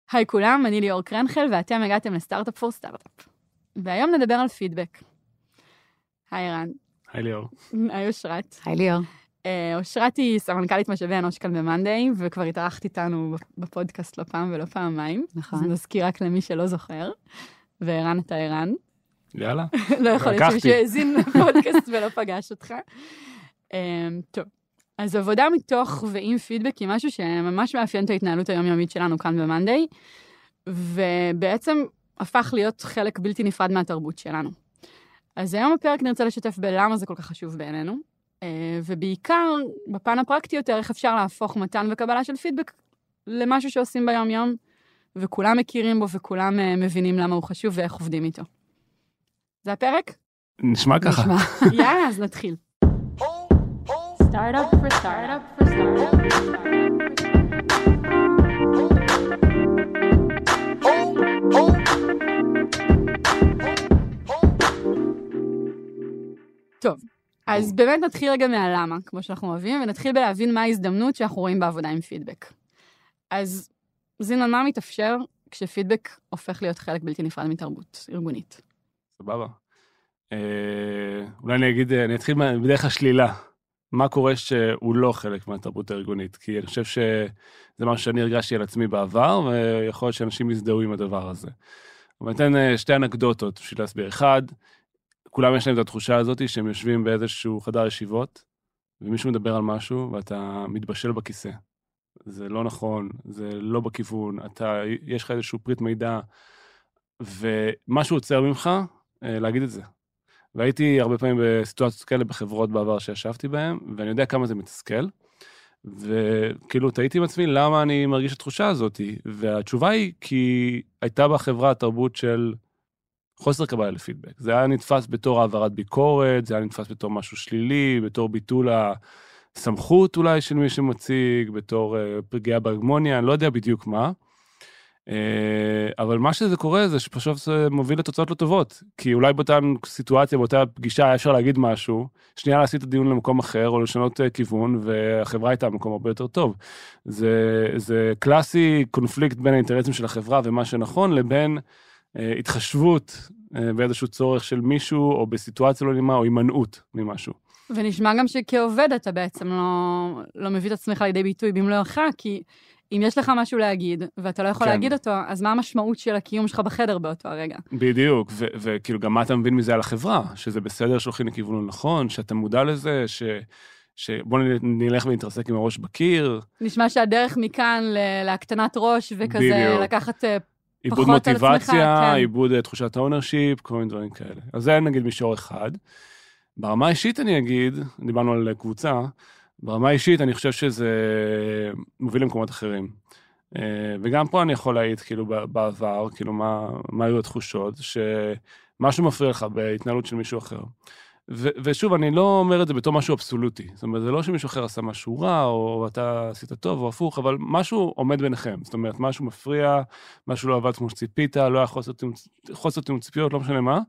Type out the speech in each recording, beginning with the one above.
היי כולם, אני ליאור קרנחל, ואתם הגעתם לסטארט-אפ פור סטארט-אפ. והיום נדבר על פידבק. היי ערן. היי ליאור. היי אושרת. היי ליאור. אושרת היא סמנכ"לית משאבי אנוש כאן במאנדיי, וכבר התארחת איתנו בפודקאסט לא פעם ולא פעמיים. נכון. אז נזכיר רק למי שלא זוכר. וערן אתה ערן. יאללה. לא יכול להיות שמישהו האזין לפודקאסט ולא פגש אותך. טוב. אז עבודה מתוך ועם פידבק היא משהו שממש מאפיין את ההתנהלות היומיומית שלנו כאן במאנדיי, ובעצם הפך להיות חלק בלתי נפרד מהתרבות שלנו. אז היום הפרק נרצה לשתף בלמה זה כל כך חשוב בעינינו, ובעיקר בפן הפרקטי יותר, איך אפשר להפוך מתן וקבלה של פידבק למשהו שעושים ביום-יום, וכולם מכירים בו וכולם מבינים למה הוא חשוב ואיך עובדים איתו. זה הפרק? נשמע ככה. יאללה, אז נתחיל. Startup for startup for startup for טוב, אז באמת נתחיל רגע מהלמה, כמו שאנחנו אוהבים, ונתחיל בלהבין מה ההזדמנות שאנחנו רואים בעבודה עם פידבק. אז זינה, מה מתאפשר כשפידבק הופך להיות חלק בלתי נפרד מתרבות ארגונית? סבבה. אולי אני אתחיל בדרך השלילה. מה קורה שהוא לא חלק מהתרבות הארגונית? כי אני חושב שזה משהו שאני הרגשתי על עצמי בעבר, ויכול להיות שאנשים יזדהו עם הדבר הזה. אבל ניתן שתי אנקדוטות בשביל להסביר. אחד, כולם יש להם את התחושה הזאת שהם יושבים באיזשהו חדר ישיבות, ומישהו מדבר על משהו, ואתה מתבשל בכיסא. זה לא נכון, זה לא בכיוון, יש לך איזשהו פריט מידע, ומשהו עוצר ממך להגיד את זה. והייתי הרבה פעמים בסיטואציות כאלה בחברות בעבר שישבתי בהן, ואני יודע כמה זה מתסכל, וכאילו תהיתי עם עצמי למה אני מרגיש את התחושה הזאת, והתשובה היא כי הייתה בחברה התרבות של חוסר קבלה לפידבק. זה היה נתפס בתור העברת ביקורת, זה היה נתפס בתור משהו שלילי, בתור ביטול הסמכות אולי של מי שמציג, בתור פגיעה בהגמוניה, אני לא יודע בדיוק מה, אבל מה שזה קורה זה שפשוט זה מוביל לתוצאות לא טובות, כי אולי באותה סיטואציה, באותה פגישה היה אפשר להגיד משהו, שנייה להסיט את הדיון למקום אחר, או לשנות כיוון, והחברה הייתה במקום הרבה יותר טוב. זה קלאסי קונפליקט בין האינטרסים של החברה ומה שנכון, לבין התחשבות באיזשהו צורך של מישהו, או בסיטואציה לא נעימה, או הימנעות ממשהו. ונשמע גם שכעובד אתה בעצם לא מביא את עצמך לידי ביטוי במלואך, כי אם יש לך משהו להגיד, ואתה לא יכול להגיד אותו, אז מה המשמעות של הקיום שלך בחדר באותו הרגע? בדיוק, וכאילו גם מה אתה מבין מזה על החברה, שזה בסדר שהולכים לכיוון נכון, שאתה מודע לזה, שבוא נלך ונתרסק עם הראש בקיר. נשמע שהדרך מכאן להקטנת ראש, וכזה לקחת איבוד מוטיבציה, איבוד תחושת האונרשיפ, כל מיני דברים כאלה. אז זה נגיד מישור אחד. ברמה האישית אני אגיד, דיברנו על קבוצה, ברמה האישית אני חושב שזה מוביל למקומות אחרים. וגם פה אני יכול להעיד כאילו בעבר, כאילו מה היו התחושות, שמשהו מפריע לך בהתנהלות של מישהו אחר. ושוב, אני לא אומר את זה בתור משהו אבסולוטי. זאת אומרת, זה לא שמישהו אחר עשה משהו רע, או אתה עשית טוב, או הפוך, אבל משהו עומד ביניכם. זאת אומרת, משהו מפריע, משהו לא עבד כמו שציפית, לא היה חוסר תיאום ציפיות, לא משנה מה.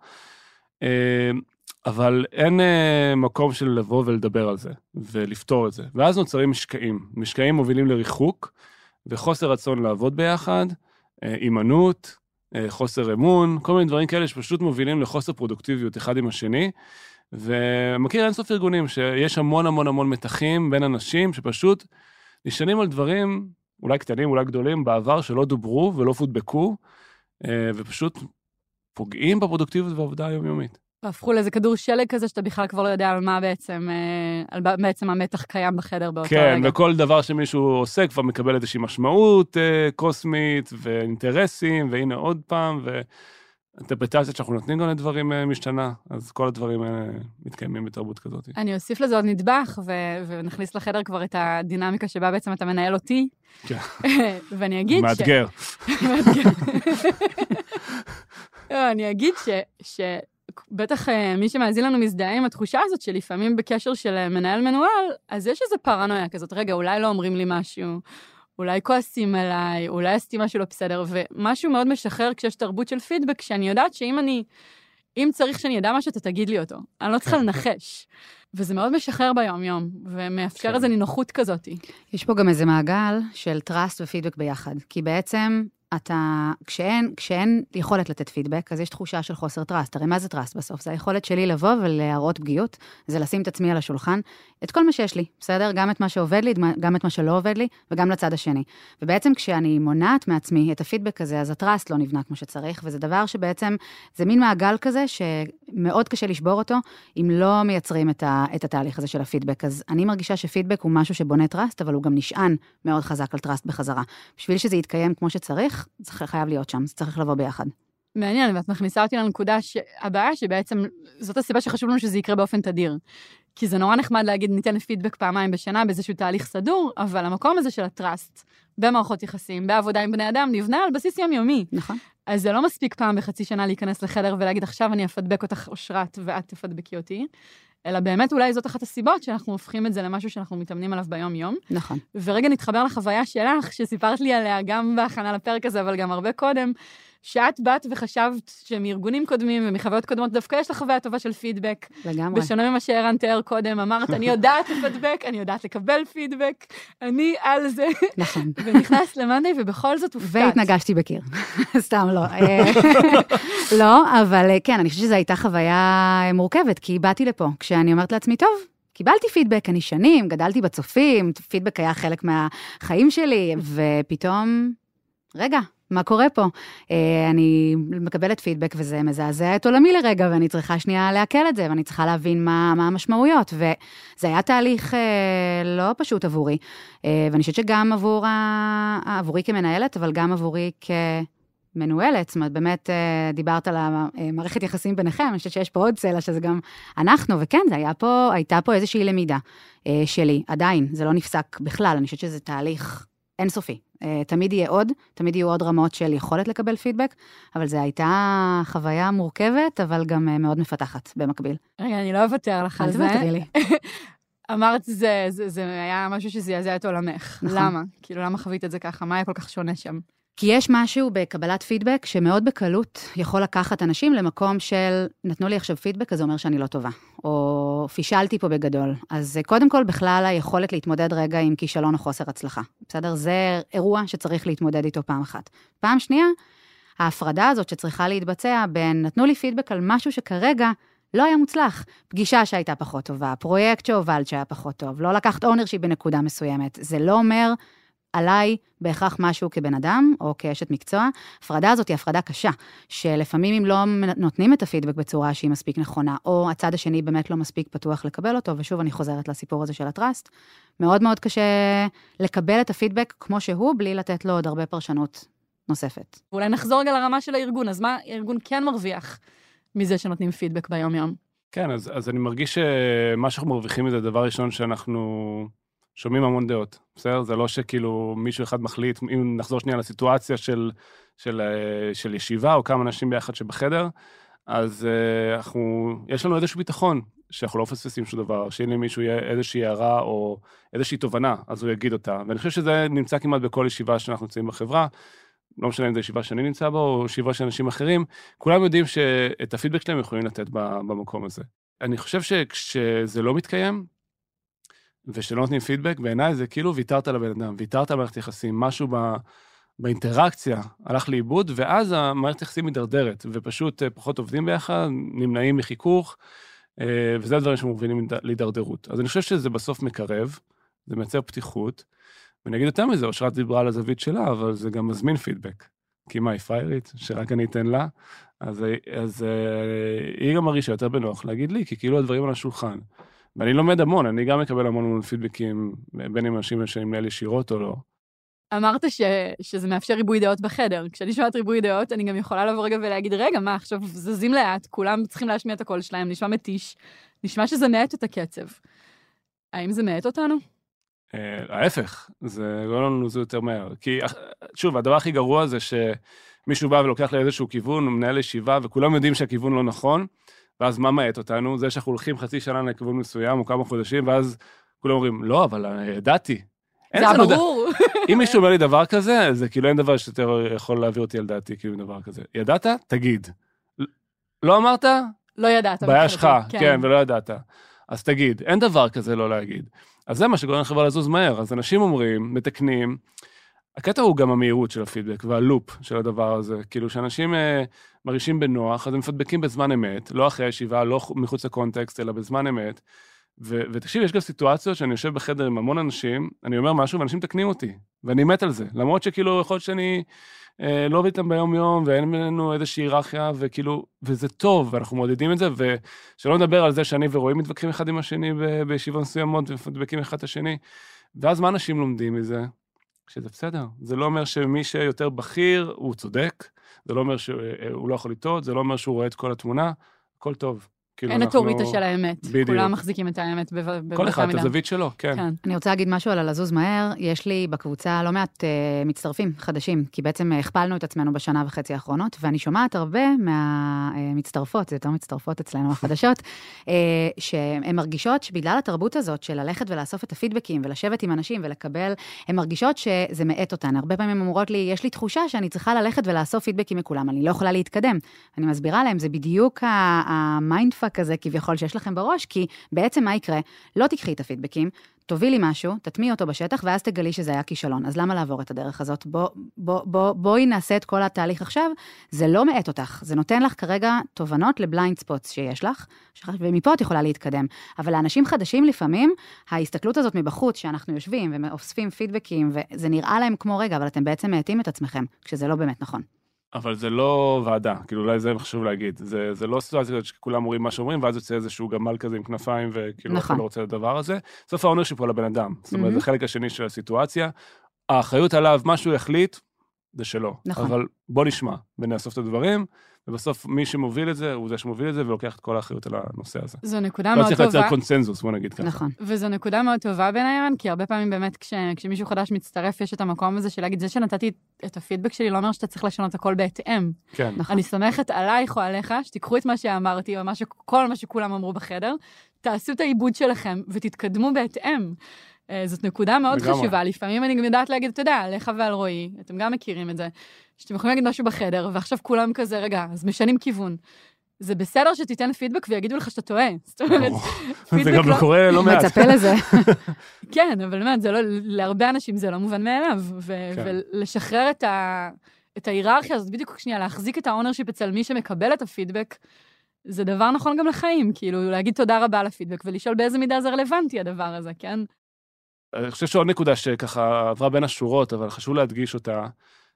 אבל אין מקום של לבוא ולדבר על זה, ולפתור את זה. ואז נוצרים משקעים. משקעים מובילים לריחוק, וחוסר רצון לעבוד ביחד, אימנות, חוסר אמון, כל מיני דברים כאלה שפשוט מובילים לחוסר פרודוקטיביות אחד עם השני, ומכיר אינסוף ארגונים שיש המון המון המון מתחים בין אנשים שפשוט נשענים על דברים, אולי קטנים, אולי גדולים, בעבר שלא דוברו ולא פודבקו, ופשוט פוגעים בפרודוקטיביות והעבודה היומיומית. והפכו לאיזה כדור שלג כזה שאתה בכלל כבר לא יודע על מה בעצם המתח קיים בחדר באותו רגע. כן, וכל דבר שמישהו עושה כבר מקבל איזושהי משמעות קוסמית ואינטרסים, והנה עוד פעם, ואינטרפרטציה שאנחנו נותנים גם לדברים משתנה, אז כל הדברים מתקיימים בתרבות כזאת. אני אוסיף לזה עוד נדבך, ונכניס לחדר כבר את הדינמיקה שבה בעצם אתה מנהל אותי. כן. ואני אגיד מאתגר. מאתגר. אני אגיד בטח מי שמאזין לנו מזדהה עם התחושה הזאת שלפעמים בקשר של מנהל מנוהל, אז יש איזו פרנויה כזאת, רגע, אולי לא אומרים לי משהו, אולי כועסים עליי, אולי עשיתי משהו לא בסדר, ומשהו מאוד משחרר כשיש תרבות של פידבק, שאני יודעת אם צריך שאני ידע משהו, אתה תגיד לי אותו. אני לא צריכה לנחש. וזה מאוד משחרר ביום-יום, ומאפשר איזו נינוחות כזאת. יש פה גם איזה מעגל של טראסט ופידבק ביחד, כי בעצם כשאין יכולת לתת פידבק, אז יש תחושה של חוסר טראסט. הרי מה זה טראסט בסוף? זה היכולת שלי לבוא ולהראות פגיעות, זה לשים את עצמי על השולחן, את כל מה שיש לי, בסדר? גם את מה שעובד לי, גם את מה שלא עובד לי, וגם לצד השני. ובעצם כשאני מונעת מעצמי את הפידבק הזה, אז הטראסט לא נבנה כמו שצריך, וזה דבר שבעצם, זה מין מעגל כזה, שמאוד קשה לשבור אותו, אם לא מייצרים את התהליך הזה של הפידבק. אז אני מרגישה שפידבק הוא משהו שבונה טראסט, אבל הוא גם נשען מאוד חזק על טראסט בחזרה. בשביל שזה יתקיים כמו שצריך, זה חייב להיות שם, זה צריך לבוא ביחד. מעניין, ואת מכניסה אותי לנקודה הבאה שבעצם, זאת הסיבה שחשוב לנו שזה יקרה באופן תדיר. כי זה נורא נחמד להגיד, ניתן פידבק פעמיים בשנה באיזשהו תהליך סדור, אבל המקום הזה של הטראסט, במערכות יחסים, בעבודה עם בני אדם, נבנה על בסיס יומיומי. נכון. אז זה לא מספיק פעם בחצי שנה להיכנס לחדר ולהגיד, עכשיו אני אפדבק אותך אושרת ואת תפדבקי אותי, אלא באמת אולי זאת אחת הסיבות שאנחנו הופכים את זה למשהו שאנחנו מתאמנים עליו ביום-יום. נכון. ורגע נתחבר לחוויה שלך, שסיפרת לי עליה גם בהכנה לפרק הזה, אבל גם הרבה קודם, שאת באת וחשבת שמארגונים קודמים ומחוויות קודמות, דווקא יש לך חוויה טובה של פידבק. לגמרי. בשונה ממה שערן תיאר קודם, אמרת, אני יודעת לפדבק, אני יודעת לקבל פידבק, אני על זה. נכון. ונכנס למאנדיי, ובכל זאת הופתעת. והתנגשתי בקיר. סתם לא. לא, אבל כן, אני חושבת שזו הייתה חוויה מורכבת, כי באתי לפה, כשאני אומרת לעצמי, טוב, קיבלתי פידבק, אני שנים, גדלתי בצופים, פידבק היה חלק מהחיים שלי, ופתאום, רגע, מה קורה פה? אני מקבלת פידבק וזה מזעזע את עולמי לרגע, ואני צריכה שנייה להקל את זה, ואני צריכה להבין מה המשמעויות, וזה היה תהליך לא פשוט עבורי, ואני חושבת שגם עבורי כמנהלת, אבל גם עבורי כמנוהלת, זאת אומרת, באמת דיברת על המערכת יחסים ביניכם, אני חושבת שיש פה עוד צלע, שזה גם אנחנו, וכן, הייתה פה איזושהי למידה שלי, עדיין, זה לא נפסק בכלל, אני חושבת שזה תהליך אינסופי. תמיד יהיו עוד רמות של יכולת לקבל פידבק, אבל זו הייתה חוויה מורכבת, אבל גם מאוד מפתחת במקביל. רגע, אני לא אוותר לך על זה. אל תוותרי לי. אמרת, זה היה משהו שזעזע את עולמך. למה? כאילו, למה חווית את זה ככה? מה היה כל כך שונה שם? כי יש משהו בקבלת פידבק שמאוד בקלות יכול לקחת אנשים למקום של, נתנו לי עכשיו פידבק, אז זה אומר שאני לא טובה, או פישלתי פה בגדול. אז קודם כל בכלל היכולת להתמודד רגע עם כישלון או חוסר הצלחה. בסדר? זה אירוע שצריך להתמודד איתו פעם אחת. פעם שנייה, ההפרדה הזאת שצריכה להתבצע בין, נתנו לי פידבק על משהו שכרגע לא היה מוצלח. פגישה שהייתה פחות טובה, פרויקט שהובלת שהיה פחות טוב, לא לקחת אונרשיפ בנקודה מסוימת. זה לא אומר עליי בהכרח משהו כבן אדם, או כאשת מקצוע. הפרדה הזאת היא הפרדה קשה, שלפעמים אם לא נותנים את הפידבק בצורה שהיא מספיק נכונה, או הצד השני באמת לא מספיק פתוח לקבל אותו, ושוב אני חוזרת לסיפור הזה של הטראסט, מאוד מאוד קשה לקבל את הפידבק כמו שהוא, בלי לתת לו עוד הרבה פרשנות נוספת. ואולי נחזור רגע לרמה של הארגון, אז מה הארגון כן מרוויח מזה שנותנים פידבק ביום-יום? כן, אז אני מרגיש שמה שאנחנו מרוויחים מזה, דבר ראשון שאנחנו שומעים המון דעות, בסדר? זה לא שכאילו מישהו אחד מחליט, אם נחזור שנייה לסיטואציה של ישיבה, או כמה אנשים ביחד שבחדר, אז יש לנו איזשהו ביטחון, שאנחנו לא מפספסים שום דבר, שאם למישהו יהיה איזושהי הערה, או איזושהי תובנה, אז הוא יגיד אותה. ואני חושב שזה נמצא כמעט בכל ישיבה שאנחנו נמצאים בחברה, לא משנה אם זה ישיבה שאני נמצא בו, או ישיבה של אנשים אחרים, כולם יודעים שאת הפידבק שלהם יכולים לתת במקום הזה. אני חושב שכשזה לא מתקיים, ושלא נותנים פידבק, בעיניי זה כאילו ויתרת לבן אדם, ויתרת על מערכת יחסים, משהו באינטראקציה הלך לאיבוד, ואז המערכת יחסים מדרדרת, ופשוט פחות עובדים ביחד, נמנעים מחיכוך, וזה הדברים שמובילים להידרדרות. אז אני חושב שזה בסוף מקרב, זה מייצר פתיחות, ואני אגיד יותר מזה, אושרת דיברה על הזווית שלה, אבל זה גם מזמין פידבק. כי מה, היא פריירית, שרק אני אתן לה, אז היא גם מרגישה יותר בנוח להגיד לי, כי כאילו הדברים על השולחן. ואני לומד המון, אני גם מקבל המון פידבקים, בין אם אנשים שאני מנהל ישירות או לא. אמרת שזה מאפשר ריבוי דעות בחדר. כשאני שומעת ריבוי דעות, אני גם יכולה לבוא רגע ולהגיד, רגע, מה, עכשיו זזים לאט, כולם צריכים להשמיע את הקול שלהם, נשמע מתיש, נשמע שזה מעט את הקצב. האם זה מעט אותנו? ההפך, זה לא לנו זה יותר מהר. כי, שוב, הדבר הכי גרוע זה שמישהו בא ולוקח לאיזשהו כיוון, הוא מנהל ישיבה, וכולם יודעים שהכיוון לא נכון, ואז מה מעט אותנו? זה שאנחנו הולכים חצי שנה לכיוון מסוים, או כמה חודשים, ואז כולם אומרים, לא, אבל ידעתי. זה ברור. אם מישהו אומר לי דבר כזה, זה כאילו אין דבר שיותר יכול להעביר אותי על דעתי, כאילו דבר כזה. ידעת? תגיד. לא אמרת? לא ידעת. בעיה שלך, כן, ולא ידעת. אז תגיד, אין דבר כזה לא להגיד. אז זה מה שגורם לחברה לזוז מהר. אז אנשים אומרים, מתקנים, הקטע הוא גם המהירות של הפידבק והלופ של הדבר הזה. כאילו, שאנשים מרגישים בנוח, אז הם מפדבקים בזמן אמת, לא אחרי הישיבה, לא מחוץ לקונטקסט, אלא בזמן אמת. ותקשיב, יש גם סיטואציות שאני יושב בחדר עם המון אנשים, אני אומר משהו ואנשים תקנים אותי, ואני מת על זה. למרות שכאילו, יכול להיות שאני לא עובד איתם ביום יום, ואין בינינו איזושהי היררכיה, וכאילו, וזה טוב, ואנחנו מעודדים את זה, ושלא נדבר על זה שאני ורועי מתווכחים אחד עם השני בישיבות מסוימות, ומפדבקים אחד את השני. ואז מה אנשים לומדים מזה? שזה בסדר. זה לא אומר שמי שיותר בכיר, הוא צודק, זה לא אומר שהוא לא יכול לטעות, זה לא אומר שהוא רואה את כל התמונה, הכל טוב. אין אוטוריטה של האמת. כולם מחזיקים את האמת באותה מידה. כל אחד, הזווית שלו, כן. אני רוצה להגיד משהו על לזוז מהר. יש לי בקבוצה לא מעט מצטרפים חדשים, כי בעצם הכפלנו את עצמנו בשנה וחצי האחרונות, ואני שומעת הרבה מהמצטרפות, זה יותר מצטרפות אצלנו החדשות, שהן מרגישות שבגלל התרבות הזאת של ללכת ולאסוף את הפידבקים ולשבת עם אנשים ולקבל, הן מרגישות שזה מעט אותן. הרבה פעמים אומרות לי, יש לי תחושה שאני צריכה ללכת ולאסוף פידבקים מכולם, אני לא יכולה להתקדם. אני מסבירה להם, זה בדיוק המיינדפאק כזה כביכול שיש לכם בראש, כי בעצם מה יקרה? לא תקחי את הפידבקים, תובילי משהו, תטמיעי אותו בשטח, ואז תגלי שזה היה כישלון. אז למה לעבור את הדרך הזאת? בואי נעשה את כל התהליך עכשיו. זה לא מעט אותך, זה נותן לך כרגע תובנות לבליינד ספוטס שיש לך, ומפה את יכולה להתקדם. אבל לאנשים חדשים לפעמים, ההסתכלות הזאת מבחוץ, שאנחנו יושבים ואוספים פידבקים, וזה נראה להם כמו רגע, אבל אתם בעצם מעטים את עצמכם, כשזה לא באמת נכון. אבל זה לא ועדה, כאילו אולי זה חשוב להגיד, זה לא סיטואציה שכולם אומרים מה שאומרים, ואז יוצא איזשהו גמל כזה עם כנפיים, וכאילו אתה לא רוצה את הדבר הזה. סוף האונרשיפ הוא לבן אדם, זאת אומרת, זה חלק השני של הסיטואציה, האחריות עליו, מה שהוא יחליט, זה שלו. אבל בוא נשמע, ונאסוף את הדברים, ובסוף מי שמוביל את זה, הוא זה שמוביל את זה, ולוקח את כל האחריות על הנושא הזה. זו נקודה מאוד טובה. לא צריך לייצר קונסנזוס, בוא נגיד ככה. נכון. וזו נקודה מאוד טובה בעיניי, כי הרבה פעמים באמת כשמישהו חדש מצטרף, יש את המקום הזה של להגיד, זה שנתתי את הפידבק שלי, לא אומר שאתה צריך לשנות הכל בהתאם. כן. אני סומכת עלייך או עליך, שתיקחו את מה שאמרתי, או כל מה שכולם אמרו בחדר, תעשו את העיבוד שלכם, ותתקדמו בהתאם. זאת נקודה מאוד חשובה. לפעמים אני גם יודעת להגיד, אתה יודע, עליך ועל רועי, אתם גם מכירים את זה, שאתם יכולים להגיד משהו בחדר, ועכשיו כולם כזה, רגע, אז משנים כיוון. זה בסדר שתיתן פידבק ויגידו לך שאתה טועה. זאת אומרת, זה גם לא קורה לא מעט. מצפה לזה. כן, אבל באמת, להרבה אנשים זה לא מובן מאליו, ולשחרר את ההיררכיה הזאת, בדיוק שנייה, להחזיק את האונרשיפ אצל מי שמקבל את הפידבק, זה דבר נכון גם לחיים, כאילו, להגיד תודה רבה על הפידבק, ולשאול באיזה מידה זה רלוונטי הדבר הזה, כן? אני חושב שעוד נקודה שככה עברה בין השורות, אבל חשוב להדגיש אותה,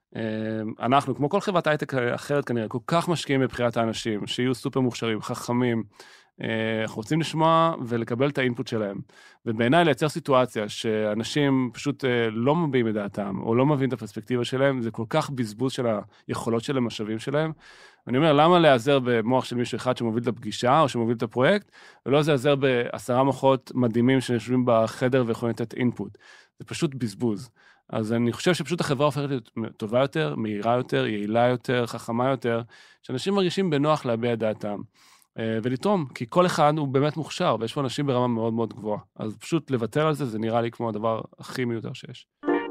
אנחנו, כמו כל חברת הייטק אחרת כנראה, כל כך משקיעים בבחירת האנשים, שיהיו סופר מוכשרים, חכמים, אנחנו רוצים לשמוע ולקבל את האינפוט שלהם. ובעיניי לייצר סיטואציה שאנשים פשוט לא מביעים את דעתם, או לא מביאים את הפרספקטיבה שלהם, זה כל כך בזבוז של היכולות של המשאבים שלהם. ואני אומר, למה להיעזר במוח של מישהו אחד שמוביל את הפגישה, או שמוביל את הפרויקט, ולא להיעזר ב10 מוחות מדהימים שיושבים בחדר ויכולים לתת אינפוט. זה פשוט בזבוז. אז אני חושב שפשוט החברה הופכת להיות טובה יותר, מהירה יותר, יעילה יותר, חכמה יותר, שאנשים מרגישים בנוח להביע את דעתם. ולתרום, כי כל אחד הוא באמת מוכשר, ויש פה אנשים ברמה מאוד מאוד גבוהה. אז פשוט לוותר על זה, זה נראה לי כמו הדבר הכי מיותר שיש.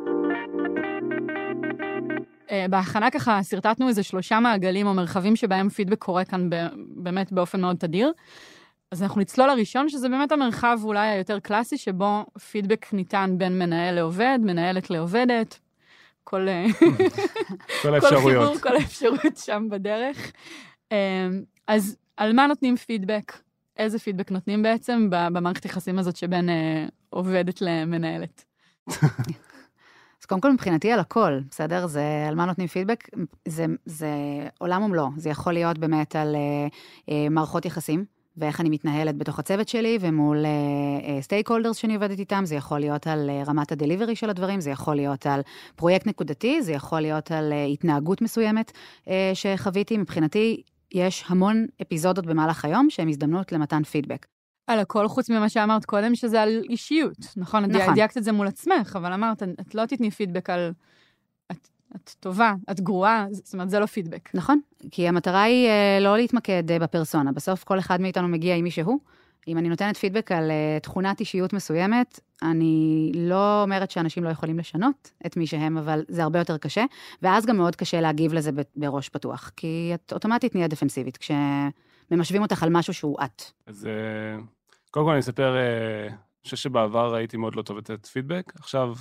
בהכנה ככה סרטטנו איזה 3 מעגלים או מרחבים שבהם פידבק קורה כאן באמת באופן מאוד תדיר. אז אנחנו נצלול לראשון, שזה באמת המרחב אולי היותר קלאסי, שבו פידבק ניתן בין מנהל לעובד, מנהלת לעובדת, כל האפשרויות. כל האפשרויות שם בדרך. אז על מה נותנים פידבק? איזה פידבק נותנים בעצם במערכת יחסים הזאת שבין עובדת למנהלת? אז קודם כל מבחינתי על הכל, בסדר? זה על מה נותנים פידבק, זה עולם ומלוא. זה יכול להיות באמת על מערכות יחסים, ואיך אני מתנהלת בתוך הצוות שלי, ומול סטייק-הולדרס שאני עובדת איתם, זה יכול להיות על רמת הדליברי של הדברים, זה יכול להיות על פרויקט נקודתי, זה יכול להיות על התנהגות מסוימת שחוויתי. מבחינתי יש המון אפיזודות במהלך היום, שהן הזדמנות למתן פידבק. על הכל חוץ ממה שאמרת קודם, שזה על אישיות, נכון? נכון. דייקת את זה מול עצמך, אבל אמרת, את לא תתני פידבק על... את טובה, את גרועה, זאת אומרת, זה לא פידבק. נכון, כי המטרה היא לא להתמקד בפרסונה. בסוף כל אחד מאיתנו מגיע עם מי שהוא. אם אני נותנת פידבק על תכונת אישיות מסוימת, אני לא אומרת שאנשים לא יכולים לשנות את מי שהם, אבל זה הרבה יותר קשה, ואז גם מאוד קשה להגיב לזה בראש פתוח, כי את אוטומטית נהיה דפנסיבית, כשממשווים אותך על משהו שהוא את. אז קודם כל אני אספר, אני חושב שבעבר הייתי מאוד לא טוב לתת פידבק, עכשיו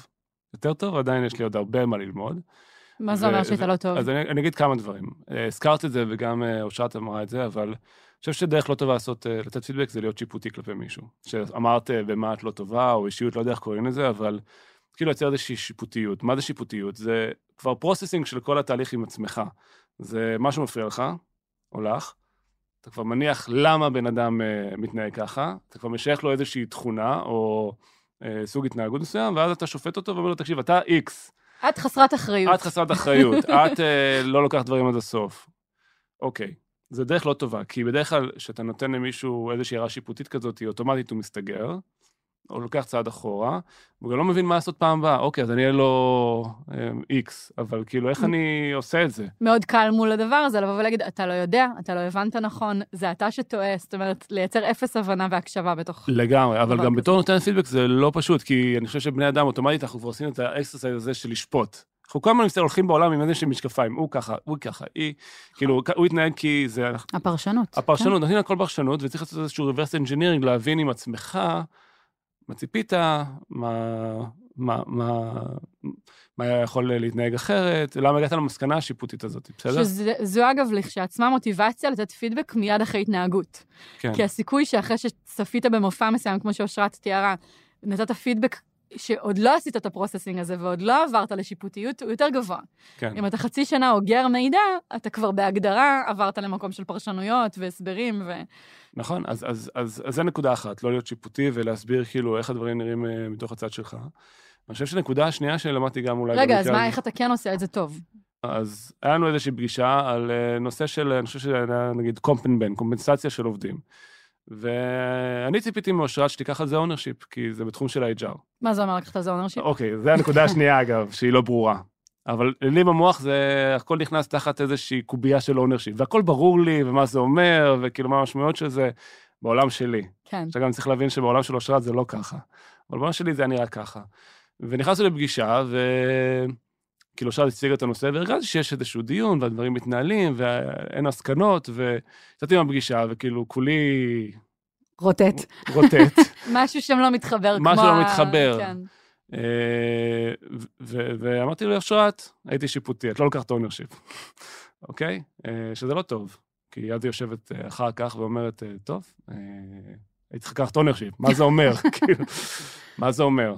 יותר טוב, עדיין יש לי עוד הרבה מה ללמוד. מה זה אומר שאתה לא טוב? אז אני אגיד כמה דברים. הזכרת את זה, וגם אושרת אמרה את זה, אבל אני חושב שדרך לא טובה לתת פידבק, זה להיות שיפוטי כלפי מישהו. שאמרת במה את לא טובה, או אישיות, לא יודע איך קוראים לזה, אבל כאילו יצר איזושהי שיפוטיות. מה זה שיפוטיות? זה כבר פרוססינג של כל התהליך עם עצמך. זה משהו מפריע לך, או לך, אתה כבר מניח למה בן אדם מתנהג ככה, אתה כבר משייך לו איזושהי תכונה, או סוג התנהגות מסוים, ואז אתה שופט אותו ואומר לו, תקשיב, אתה X. את חסרת אחריות. את חסרת אחריות, את לא לוקחת דברים עד הסוף. אוקיי, זה דרך לא טובה, כי בדרך כלל, כשאתה נותן למישהו איזושהי הערה שיפוטית כזאת, אוטומטית הוא מסתגר, או לוקח צעד אחורה, והוא גם לא מבין מה לעשות פעם הבאה. אוקיי, אז אני אהיה לו X, אבל כאילו, איך אני עושה את זה? מאוד קל מול הדבר הזה, לבוא ולהגיד, אתה לא יודע, אתה לא הבנת נכון, זה אתה שטועה, זאת אומרת, לייצר אפס הבנה והקשבה בתוך... לגמרי, אבל גם בתור נותן פידבק זה לא פשוט, כי אני חושב שבני אדם אוטומטית, אנחנו כבר עושים את האקסרסייז הזה של לשפוט. אנחנו כל הזמן הולכים בעולם עם איזה משקפיים, הוא ככה, הוא ככה, היא, כאילו, הוא התנהג כי זה... הפרשנות. הפרשנות, נותנים לכל פרשנות, וצריך לעשות איזשהו reverse engineering, להבין עם עצמך, מה ציפית, מה יכול להתנהג אחרת, למה הגעת למסקנה השיפוטית הזאת, בסדר? שזו אגב לכשעצמה מוטיבציה לתת פידבק מיד אחרי התנהגות. כן. כי הסיכוי שאחרי שצפית במופע מסוים, כמו שאושרת תיארה, נתת פידבק שעוד לא עשית את הפרוססינג הזה, ועוד לא עברת לשיפוטיות, הוא יותר גבוה. כן. אם אתה חצי שנה אוגר מידע, אתה כבר בהגדרה עברת למקום של פרשנויות והסברים נכון, אז זה נקודה אחת, לא להיות שיפוטי ולהסביר כאילו איך הדברים נראים מתוך הצד שלך. אני חושב שנקודה השנייה שלמדתי גם אולי... רגע, אז מה, איך אתה כן עושה את זה טוב? אז היה לנו איזושהי פגישה על נושא של, אני חושב שזה נגיד קומפנסציה של עובדים. ואני ציפיתי מאושרת שתיקח על זה אונרשיפ, כי זה בתחום של ה-HR. מה זה אומר לקחת על זה אונרשיפ? אוקיי, זה הנקודה השנייה אגב, שהיא לא ברורה. אבל לי במוח זה, הכל נכנס תחת איזושהי קובייה של אונרשיפ, והכל ברור לי, ומה זה אומר, וכאילו מה המשמעויות של זה בעולם שלי. כן. עכשיו גם צריך להבין שבעולם של אושרת זה לא ככה. אבל בעולם שלי זה נראה ככה. ונכנסנו לפגישה, וכאילו אושרת הציגה את הנושא, והרגעתי שיש איזשהו דיון, והדברים מתנהלים, ואין הסכנות, ויצאתי מהפגישה, וכאילו כולי... רוטט. משהו שם לא מתחבר. משהו לא מתחבר. כן. ואמרתי לו, אושרת, הייתי שיפוטי, את לא לוקחת אונרשיפ. אוקיי? שזה לא טוב. כי אז היא יושבת אחר כך ואומרת, טוב, הייתי צריך לקחת אונרשיפ. מה זה אומר? מה זה אומר?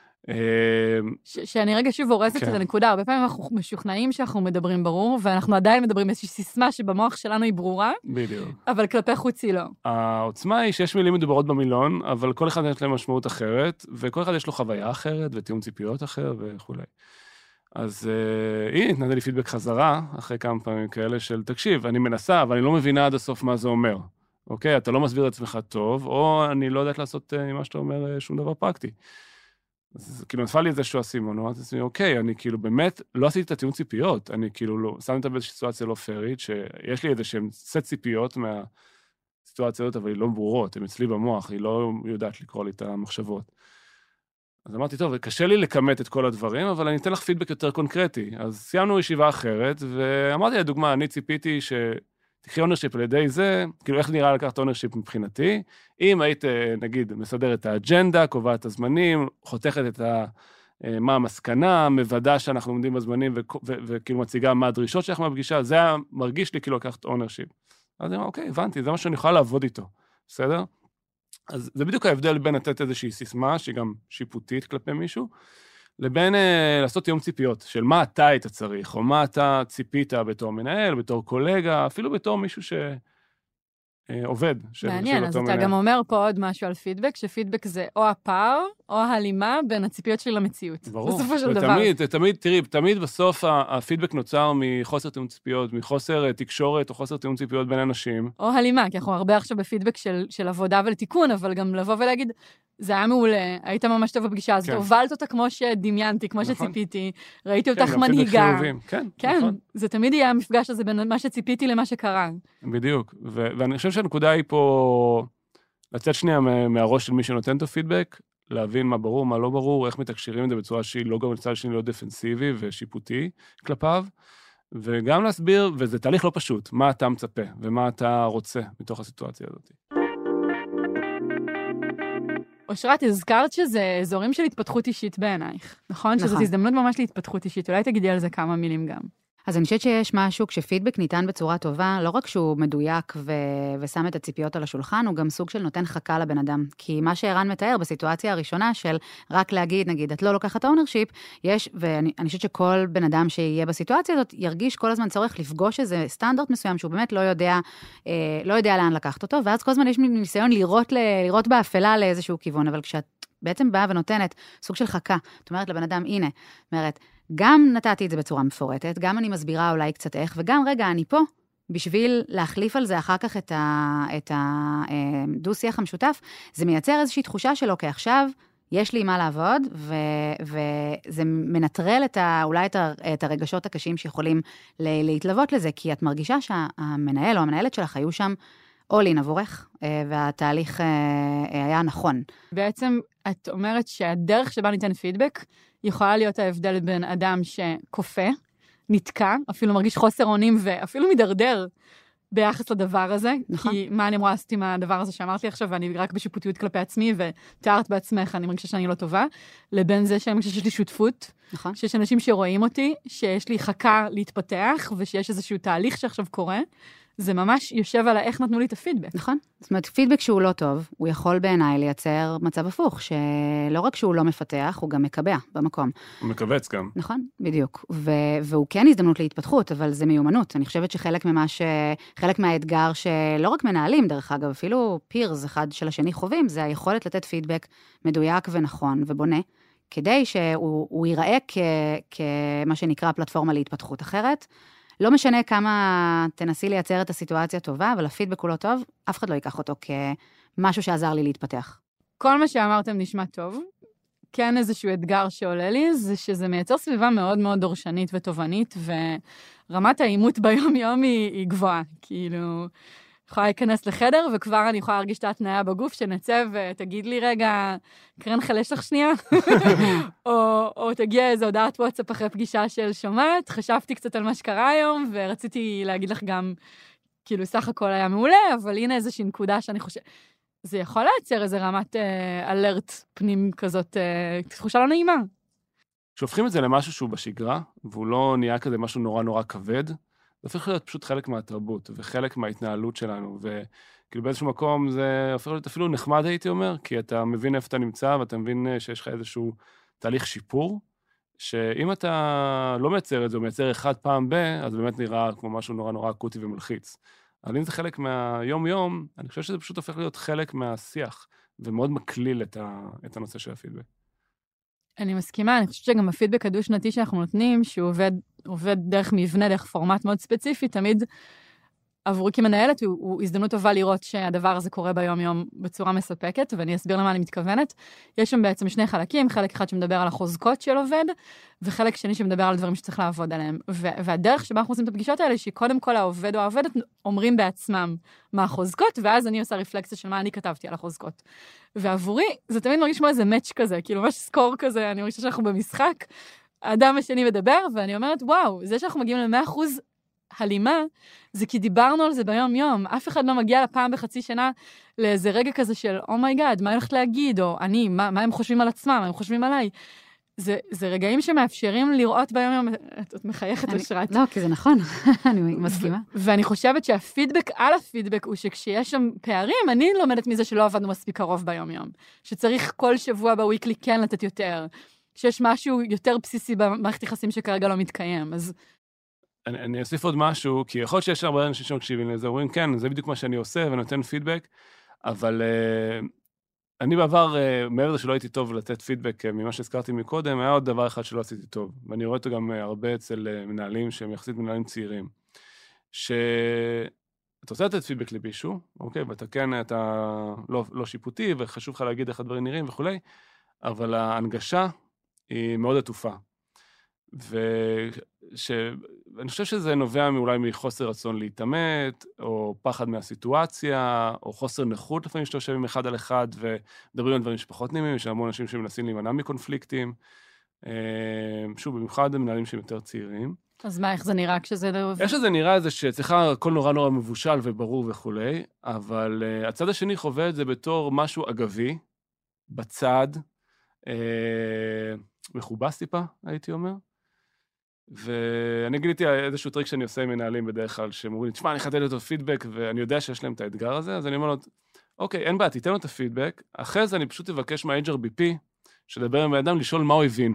שאני רגע שוב הורסת את הנקודה, הרבה פעמים אנחנו משוכנעים שאנחנו מדברים ברור, ואנחנו עדיין מדברים איזושהי סיסמה שבמוח שלנו היא ברורה, בדיוק. אבל כלפי חוץ היא לא. העוצמה היא שיש מילים מדוברות במילון, אבל כל אחד יש להם משמעות אחרת, וכל אחד יש לו חוויה אחרת, ותיאום ציפיות אחר וכו'. אז היא נתנה לי פידבק חזרה, אחרי כמה פעמים כאלה של, תקשיב, אני מנסה, אבל אני לא מבינה עד הסוף מה זה אומר. אוקיי, אתה לא מסביר את עצמך טוב, או אני לא יודעת לעשות ממה שאתה אומר שום דבר פרקטי. אז כאילו נפל לי איזשהו אסימון, אמרתי, אוקיי, אני כאילו באמת לא עשיתי את התיאום ציפיות, אני כאילו לא, שמתי אותה באיזושהי סיטואציה לא פיירית, שיש לי איזשהם סט ציפיות מהסיטואציה הזאת, אבל היא לא ברורות, הן אצלי במוח, היא לא יודעת לקרוא לי את המחשבות. אז אמרתי, טוב, קשה לי לקמת את כל הדברים, אבל אני אתן לך פידבק יותר קונקרטי. אז סיימנו ישיבה אחרת, ואמרתי לדוגמה, אני ציפיתי תקחי אונרשיפ על ידי זה, כאילו איך נראה לקחת אונרשיפ מבחינתי, אם היית, נגיד, מסדר את האג'נדה, קובעת את הזמנים, חותכת את מה המסקנה, מוודא שאנחנו עומדים בזמנים, וכאילו מציגה מה הדרישות שלך מהפגישה, זה היה מרגיש לי כאילו לקחת אונרשיפ. אז אני אומר, אוקיי, הבנתי, זה מה שאני יכולה לעבוד איתו, בסדר? אז זה בדיוק ההבדל בין לתת איזושהי סיסמה, שהיא גם שיפוטית כלפי מישהו, לבין לעשות תיאום ציפיות, של מה אתה היית צריך, או מה אתה ציפית בתור מנהל, בתור קולגה, אפילו בתור מישהו שעובד. מעניין, אז אתה גם אומר פה עוד משהו על פידבק, שפידבק זה או הפער, או ההלימה בין הציפיות שלי למציאות. ברור. בסופו של דבר. תמיד בסוף הפידבק נוצר מחוסר תיאום ציפיות, מחוסר תקשורת, או חוסר תיאום ציפיות בין אנשים. או הלימה, כי אנחנו הרבה עכשיו בפידבק של עבודה ולתיקון, אבל גם לבוא ולהגיד, זה היה מעולה, היית ממש טוב בפגישה, אז הובלת אותה כמו שדמיינתי, כמו שציפיתי, ראיתי אותך מנהיגה. כן, זה תמיד יהיה המפגש הזה בין מה שציפיתי למה שקרה. בדיוק, ואני חושב שהנקודה היא פה לצאת שנייה מהראש של מי שנותן את הפידבק, להבין מה ברור, מה לא ברור, איך מתקשרים את זה בצורה שהיא לא גם לצד שני להיות דפנסיבי ושיפוטי כלפיו, וגם להסביר, וזה תהליך לא פשוט, מה אתה מצפה ומה אתה רוצה מתוך הסיטואציה הזאת. אושרת, הזכרת שזה אזורים של התפתחות אישית בעינייך, נכון? שזאת הזדמנות ממש להתפתחות אישית. אולי תגידי על זה כמה מילים גם. אז אני חושבת שיש משהו, כשפידבק ניתן בצורה טובה, לא רק שהוא מדויק ושם את הציפיות על השולחן, הוא גם סוג של נותן חכה לבן אדם. כי מה שערן מתאר בסיטואציה הראשונה של רק להגיד, נגיד, את לא לוקחת אונרשיפ, ואני חושבת שכל בן אדם שיהיה בסיטואציה הזאת, ירגיש כל הזמן צורך לפגוש איזה סטנדרט מסוים, שהוא באמת לא יודע לאן לקחת אותו, ואז כל הזמן יש ניסיון לראות באפלה לאיזשהו כיוון, אבל כשאת בעצם באה ונותנת סוג של חכה, את אומרת לבן אדם, הנה, אומרת, גם נתתי את זה בצורה מפורטת, גם אני מסבירה אולי קצת איך, וגם רגע, אני פה בשביל להחליף על זה אחר כך את הדו-שיח המשותף, זה מייצר איזושהי תחושה של, אוקיי, עכשיו יש לי מה לעבוד, וזה מנטרל אולי את הרגשות הקשים שיכולים להתלוות לזה, כי את מרגישה שהמנהל או המנהלת שלך היו שם אולין עבורך, והתהליך היה נכון. בעצם את אומרת שהדרך שבה ניתן פידבק, יכולה להיות ההבדל בין אדם שקופה, נתקע, אפילו מרגיש חוסר אונים ואפילו מדרדר ביחס לדבר הזה. נכון. כי מה אני אמורה לעשות עם הדבר הזה שאמרת לי עכשיו, ואני רק בשיפוטיות כלפי עצמי, ותיארת בעצמך, אני מרגישה שאני לא טובה, לבין זה שאני מרגישה שיש לי שותפות, נכון. שיש אנשים שרואים אותי, שיש לי חכה להתפתח, ושיש איזשהו תהליך שעכשיו קורה, זה ממש יושב על איך נתנו לי את הפידבק. נכון. זאת אומרת, פידבק שהוא לא טוב, הוא יכול בעיניי לייצר מצב הפוך, שלא רק שהוא לא מפתח, הוא גם מקבע במקום. הוא מקבץ גם. נכון, בדיוק. והוא כן הזדמנות להתפתחות, אבל זה מיומנות. אני חושבת חלק מהאתגר שלא רק מנהלים, דרך אגב, אפילו פירס אחד של השני חווים, זה היכולת לתת פידבק מדויק ונכון ובונה, כדי שהוא ייראה כמה שנקרא פלטפורמה להתפתחות אחרת. לא משנה כמה תנסי לייצר את הסיטואציה טובה, אבל הפידבק הוא לא טוב, אף אחד לא ייקח אותו כמשהו שעזר לי להתפתח. כל מה שאמרתם נשמע טוב. כן, איזשהו אתגר שעולה לי, זה שזה מייצר סביבה מאוד מאוד דורשנית ותובנית, ורמת האימות ביום-יום היא גבוהה. כאילו, יכולה להיכנס לחדר, וכבר אני יכולה להרגיש את ההתניה בגוף, שנצא ותגיד לי, רגע, קרן חלש לך שנייה, או תגיע איזו הודעת וואטסאפ אחרי פגישה של שומעת, חשבתי קצת על מה שקרה היום, ורציתי להגיד לך גם, כאילו, סך הכל היה מעולה, אבל הנה איזושהי נקודה שאני חושבת, זה יכול לייצר איזו רמת אלרט פנים כזאת, תחושה לא נעימה. כשהופכים את זה למשהו שהוא בשגרה, והוא לא נהיה כזה משהו נורא נורא כבד, זה הופך להיות פשוט חלק מהתרבות, וחלק מההתנהלות שלנו, וכאילו באיזשהו מקום זה הופך להיות אפילו נחמד, הייתי אומר, כי אתה מבין איפה אתה נמצא, ואתה מבין שיש לך איזשהו תהליך שיפור, שאם אתה לא מייצר את זה, או מייצר אחד פעם אז באמת נראה כמו משהו נורא נורא אקוטי ומלחיץ. אבל אם זה חלק מהיום-יום, אני חושב שזה פשוט הופך להיות חלק מהשיח, ומאוד מקליל את הנושא של הפידבק. אני מסכימה, אני חושבת שגם הפידבק הדו-שנתי שאנחנו נותנים, שהוא עובד דרך מבנה, דרך פורמט מאוד ספציפי, תמיד עבורי כמנהלת הוא הזדמנות טובה לראות שהדבר הזה קורה ביום-יום בצורה מספקת, ואני אסביר למה אני מתכוונת. יש שם בעצם שני חלקים, חלק אחד שמדבר על החוזקות של עובד, וחלק שני שמדבר על דברים שצריך לעבוד עליהם. והדרך שבה אנחנו עושים את הפגישות האלה, שהיא קודם כל העובד או העובדת אומרים בעצמם מה החוזקות, ואז אני עושה רפלקציה של מה אני כתבתי על החוזקות. ועבורי, זה תמיד מרגיש כמו איזה מאץ' כזה, כאילו ממש סקור כזה, אני מרגישה שאנחנו במשחק, האדם השני מדבר, ואני אומרת, וואו, זה שאנחנו מגיעים ל100% הלימה, זה כי דיברנו על זה ביום-יום. אף אחד לא מגיע לפעם בחצי שנה לאיזה רגע כזה של, אומייגאד, מה אני הולכת להגיד? או אני, מה הם חושבים על עצמם? מה הם חושבים עליי? זה רגעים שמאפשרים לראות ביום-יום, את מחייכת אשרת. לא, כי זה נכון, אני מסכימה. ואני חושבת שהפידבק על הפידבק הוא שכשיש שם פערים, אני לומדת מזה שלא עבדנו מספיק קרוב ביום-יום. שצריך כל שבוע בוויקלי כן לתת יותר. שיש משהו יותר בסיסי במערכת יחסים שכרגע לא מתקיים. אז אני אוסיף עוד משהו, כי יכול להיות שיש הרבה אנשים שמקשיבים לזה, אומרים, כן, זה בדיוק מה שאני עושה, ונותן פידבק, אבל אני בעבר, מעבר לזה שלא הייתי טוב לתת פידבק ממה שהזכרתי מקודם, היה עוד דבר אחד שלא עשיתי טוב, ואני רואה אותו גם הרבה אצל מנהלים, שהם יחסית מנהלים צעירים, שאתה רוצה לתת פידבק למישהו, אוקיי, ואתה כן, אתה לא שיפוטי, וחשוב לך להגיד איך הדברים נראים וכו', אבל ההנגשה היא מאוד עטופה. ואני חושב שזה נובע אולי מחוסר רצון להתאמת, או פחד מהסיטואציה, או חוסר נכות לפעמים שאתה יושב עם אחד על אחד, ודברים על דברים שפחות נעימים, יש המון אנשים שמנסים להימנע מקונפליקטים, שוב, במיוחד מנהלים שהם יותר צעירים. אז מה, איך זה נראה כשזה לא עובד? איך שזה נראה זה שצריכה הכל נורא נורא מבושל וברור וכו', אבל הצד השני חווה את זה בתור משהו אגבי, בצד, מחובס טיפה, הייתי אומר. ואני גיליתי איזשהו טריק שאני עושה עם מנהלים בדרך כלל, שהם אומרים לי, תשמע, אני חתן אותו פידבק, ואני יודע שיש להם את האתגר הזה, אז אני אומר לו, אוקיי, אין בעיה, תיתן לו את הפידבק, אחרי זה אני פשוט אבקש מה-HRBP, שדבר עם האדם, לשאול מה הוא הבין.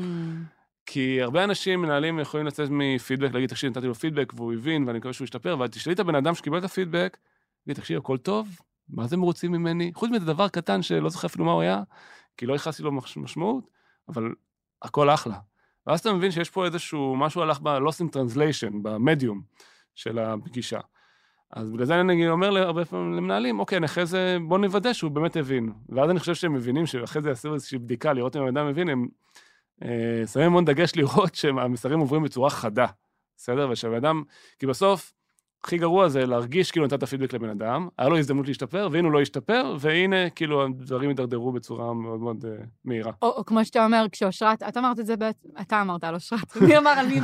כי הרבה אנשים, מנהלים, יכולים לצאת מפידבק, להגיד, תקשיב, נתתי לו פידבק, והוא הבין, ואני מקווה שהוא ישתפר, אבל תשאלי את הבן אדם שקיבל את הפידבק, תגיד, תקשיב, הכל טוב? מה זה מרוצים ממני? חוץ מזה דבר קטן שלא זוכר אפילו מה הוא היה, כי לא הכנסתי לו משמעות, אבל הכל אחלה. ואז אתה מבין שיש פה איזשהו, משהו הלך ב-lost in translation, במדיום של הפגישה. אז בגלל זה אני אומר הרבה פעמים למנהלים, אוקיי, אחרי זה בוא נוודא שהוא באמת הבין. ואז אני חושב שהם מבינים שאחרי זה יעשו איזושהי בדיקה, לראות אם האדם מבין, הם שמים המון דגש לראות שהמסרים עוברים בצורה חדה. בסדר? ושהאדם, כי בסוף, הכי גרוע זה להרגיש כאילו נתת פידבק לבן אדם, היה לו הזדמנות להשתפר, והנה הוא לא השתפר, והנה כאילו הדברים ידרדרו בצורה מאוד מאוד מהירה. או כמו שאתה אומר, כשאושרת, אתה אמרת את זה, אתה אמרת על אושרת, מי אמר על מי?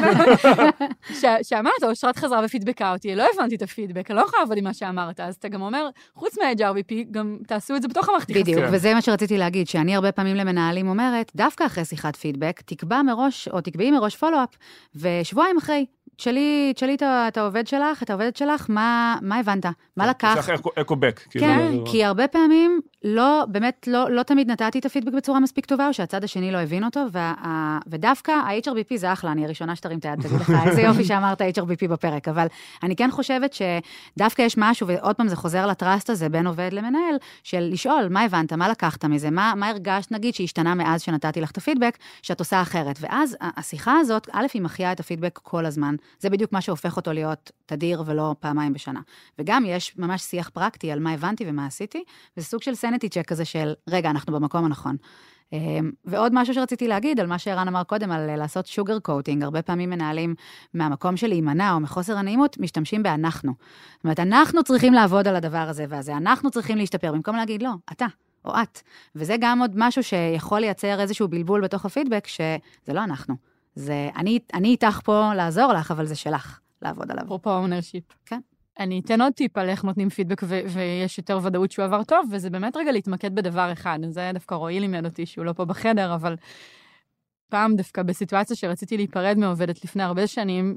שאמרת, אושרת חזרה ופידבקה אותי, לא הבנתי את הפידבק, אני לא יכולה לעבוד עם מה שאמרת, אז אתה גם אומר, חוץ מה-HRBP, גם תעשו את זה בתוך המערכת יחסים. בדיוק, וזה מה שרציתי להגיד, שאני הרבה פעמים למנהלים אומרת, דווקא אחרי שיחת פידבק, תקבע מראש, או תקבעי מראש פולו-אפ, ושבועיים אחרי, תשאלי את העובד שלך, את העובדת שלך, מה הבנת? מה לקח? יש לך אקו-בק. כן, כי הרבה פעמים באמת לא תמיד נתתי את הפידבק בצורה מספיק טובה, או שהצד השני לא הבין אותו, ודווקא ה-HRBP זה אחלה, אני הראשונה שתרים את היד, תגיד לך, איזה יופי שאמרת HRBP בפרק, אבל אני כן חושבת שדווקא יש משהו, ועוד פעם זה חוזר לטראסט הזה בין עובד למנהל, של לשאול, מה הבנת, מה לקחת מזה, מה הרגשת, נגיד, שהשתנה מאז שנתתי לך את הפידבק, שאת עושה אחרת. ואז השיחה הזאת, א', היא מחיה את הפידבק כל הזמן. זה בדיוק מה שהופך אותו להיות תדיר ולא פעמיים בשנה. וגם יש ממש שיח פרקטי על מה הבנתי ומה עשיתי, וזה סוג של סניטי צ'ק כזה של, רגע, אנחנו במקום הנכון. ועוד משהו שרציתי להגיד על מה שערן אמר קודם, על לעשות שוגר קוטינג, הרבה פעמים מנהלים מהמקום של להימנע או מחוסר הנעימות, משתמשים באנחנו. זאת אומרת, אנחנו צריכים לעבוד על הדבר הזה והזה, אנחנו צריכים להשתפר, במקום להגיד, לא, אתה או את. וזה גם עוד משהו שיכול לייצר איזשהו בלבול בתוך הפידבק, שזה לא אנחנו. זה, אני איתך פה לעזור לך, אבל זה שלך לעבוד עליו. אפרופו אונרשיפ. כן. אני אתן עוד טיפ על איך נותנים פידבק ויש יותר ודאות שהוא עבר טוב, וזה באמת רגע להתמקד בדבר אחד. זה דווקא רועי לימד אותי שהוא לא פה בחדר, אבל פעם דווקא בסיטואציה שרציתי להיפרד מעובדת לפני הרבה שנים,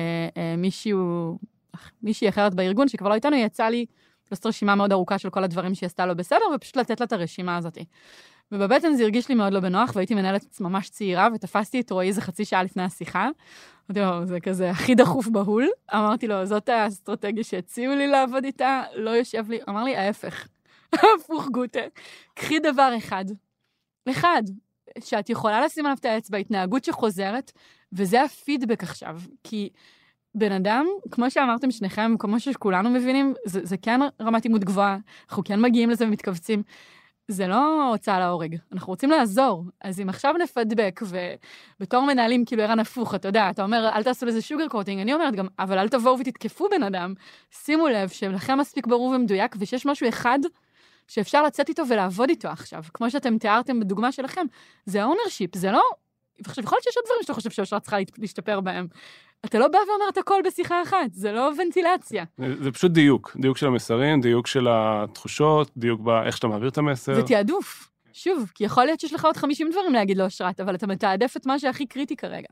מישהי אחרת בארגון שכבר לא איתנו, יצא לי לעשות רשימה מאוד ארוכה של כל הדברים שהיא עשתה לו בסדר, ופשוט לתת לה את הרשימה הזאת. ובבטן זה הרגיש לי מאוד לא בנוח, והייתי מנהלת ממש צעירה, ותפסתי את רועי איזה חצי שעה לפני השיחה. אמרתי לו, זה כזה הכי דחוף בהול. אמרתי לו, זאת האסטרטגיה שהציעו לי לעבוד איתה, לא יושב לי. אמר לי, ההפך. הפוך גוטה. קחי דבר אחד, שאת יכולה לשים עליו את האצבע, התנהגות שחוזרת, וזה הפידבק עכשיו. כי בן אדם, כמו שאמרתם שניכם, כמו שכולנו מבינים, זה כן רמת אימות גבוהה, אנחנו כן מגיעים לזה ומתכווצים. זה לא הוצאה להורג, אנחנו רוצים לעזור. אז אם עכשיו נפדבק, ובתור מנהלים כאילו ערן הפוך, אתה יודע, אתה אומר, אל תעשו לזה שוגר קוטינג, אני אומרת גם, אבל אל תבואו ותתקפו בן אדם, שימו לב שלכם מספיק ברור ומדויק, ושיש משהו אחד שאפשר לצאת איתו ולעבוד איתו עכשיו. כמו שאתם תיארתם בדוגמה שלכם, זה האונרשיפ, זה לא... עכשיו, יכול להיות שיש עוד דברים שאתה חושב שאושרה צריכה להשתפר בהם. אתה לא בא ואומר את הכל בשיחה אחת, זה לא ונטילציה. זה פשוט דיוק של המסרים, דיוק של התחושות, דיוק באיך שאתה מעביר את המסר. זה תעדוף. שוב, כי יכול להיות שיש לך עוד 50 דברים להגיד לאושרת, אבל אתה מתעדף את מה שהכי קריטי כרגע.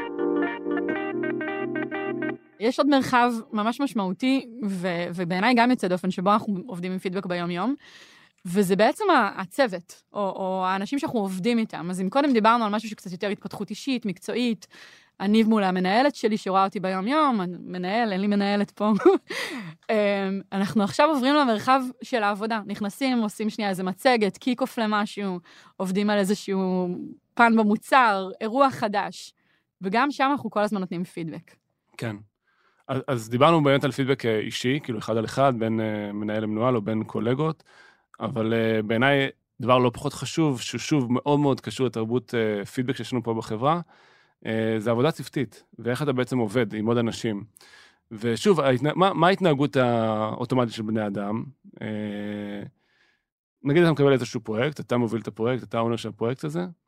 יש עוד מרחב ממש משמעותי, ובעיניי גם יוצא דופן שבו אנחנו עובדים עם פידבק ביום-יום, וזה בעצם הצוות, או האנשים שאנחנו עובדים איתם. אז אם קודם דיברנו על משהו שקצת יותר התפתחות אישית, מקצועית, אני מול המנהלת שלי שרואה אותי ביום-יום, מנהל, אין לי מנהלת פה. אנחנו עכשיו עוברים למרחב של העבודה, נכנסים, עושים שנייה איזה מצגת, קיק-אוף למשהו, עובדים על איזשהו פן במוצר, אירוע חדש, וגם שם אנחנו כל הזמן נותנים פידבק. כן. אז דיברנו באמת על פידבק אישי, כאילו אחד על אחד, בין מנהל למנוהל או בין קולגות, אבל בעיניי דבר לא פחות חשוב, ששוב מאוד מאוד קשור לתרבות פידבק שיש לנו פה בחברה, זה עבודה צוותית, ואיך אתה בעצם עובד עם עוד אנשים. ושוב, מה ההתנהגות האוטומטית של בני אדם? נגיד אתה מקבל איזשהו פרויקט, אתה מוביל את הפרויקט, אתה האונר של הפרויקט הזה,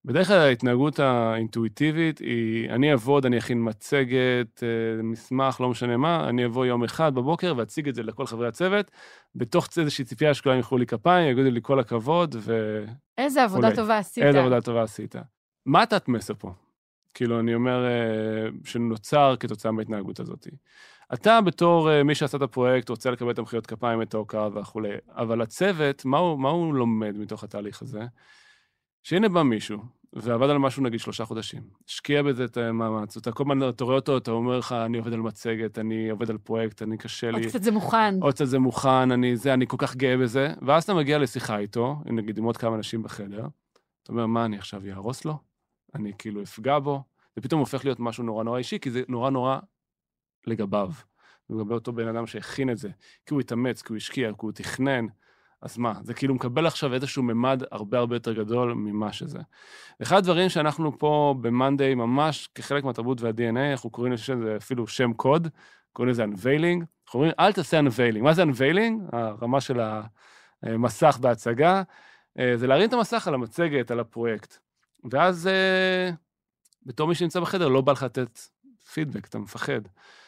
בדרך כלל ההתנהגות האינטואיטיבית היא, אני אעבוד, אני אכין מצגת, מסמך, לא משנה מה, אני אבוא יום אחד בבוקר ואציג את זה לכל חברי הצוות, בתוך איזושהי ציפייה שכולם ימחאו לי כפיים, יגידו לי כל הכבוד איזה עבודה טובה עשית. איזה עבודה טובה עשית. מה אתה מסר פה? כאילו, אני אומר שנוצר כתוצאה מההתנהגות הזאת. אתה בתור מי שעשה את הפרויקט, רוצה לקבל את המחיאות כפיים, את ההוקרה וכו', אבל הצוות, מה הוא לומד מתוך התהליך הזה? שהנה בא מישהו, ועבד על משהו נגיד 3 חודשים, השקיע בזה את המאמץ, אתה כל הזמן, אתה רואה אותו, אתה אומר לך, אני עובד על מצגת, אני עובד על פרויקט, אני קשה לי. עוד קצת זה מוכן. עוד קצת זה מוכן, אני כל כך גאה בזה, ואז אתה מגיע לשיחה איתו, נגיד עם עוד כמה אנשים בחדר, אתה אומר, מה, אני עכשיו יהרוס לו? אני כאילו אפגע בו, ופתאום הופך להיות משהו נורא נורא אישי, כי זה נורא נורא לגביו, לגבי אותו בן אדם שהכין את זה, כי הוא התאמץ, כי הוא השקיע, כי הוא תכנן, אז מה? זה כאילו מקבל עכשיו איזשהו ממד הרבה הרבה יותר גדול ממה שזה. אחד הדברים שאנחנו פה ב-Monday, ממש כחלק מהתרבות וה-DNA, אנחנו קוראים לזה אפילו שם קוד, קוראים לזה unveiling, אנחנו אומרים, אל תעשה unveiling. מה זה unveiling? הרמה של המסך בהצגה, זה להרים את המסך על המצגת, על הפרויקט. ואז בתור מי שנמצא בחדר, לא בא לך לתת פידבק, אתה מפחד.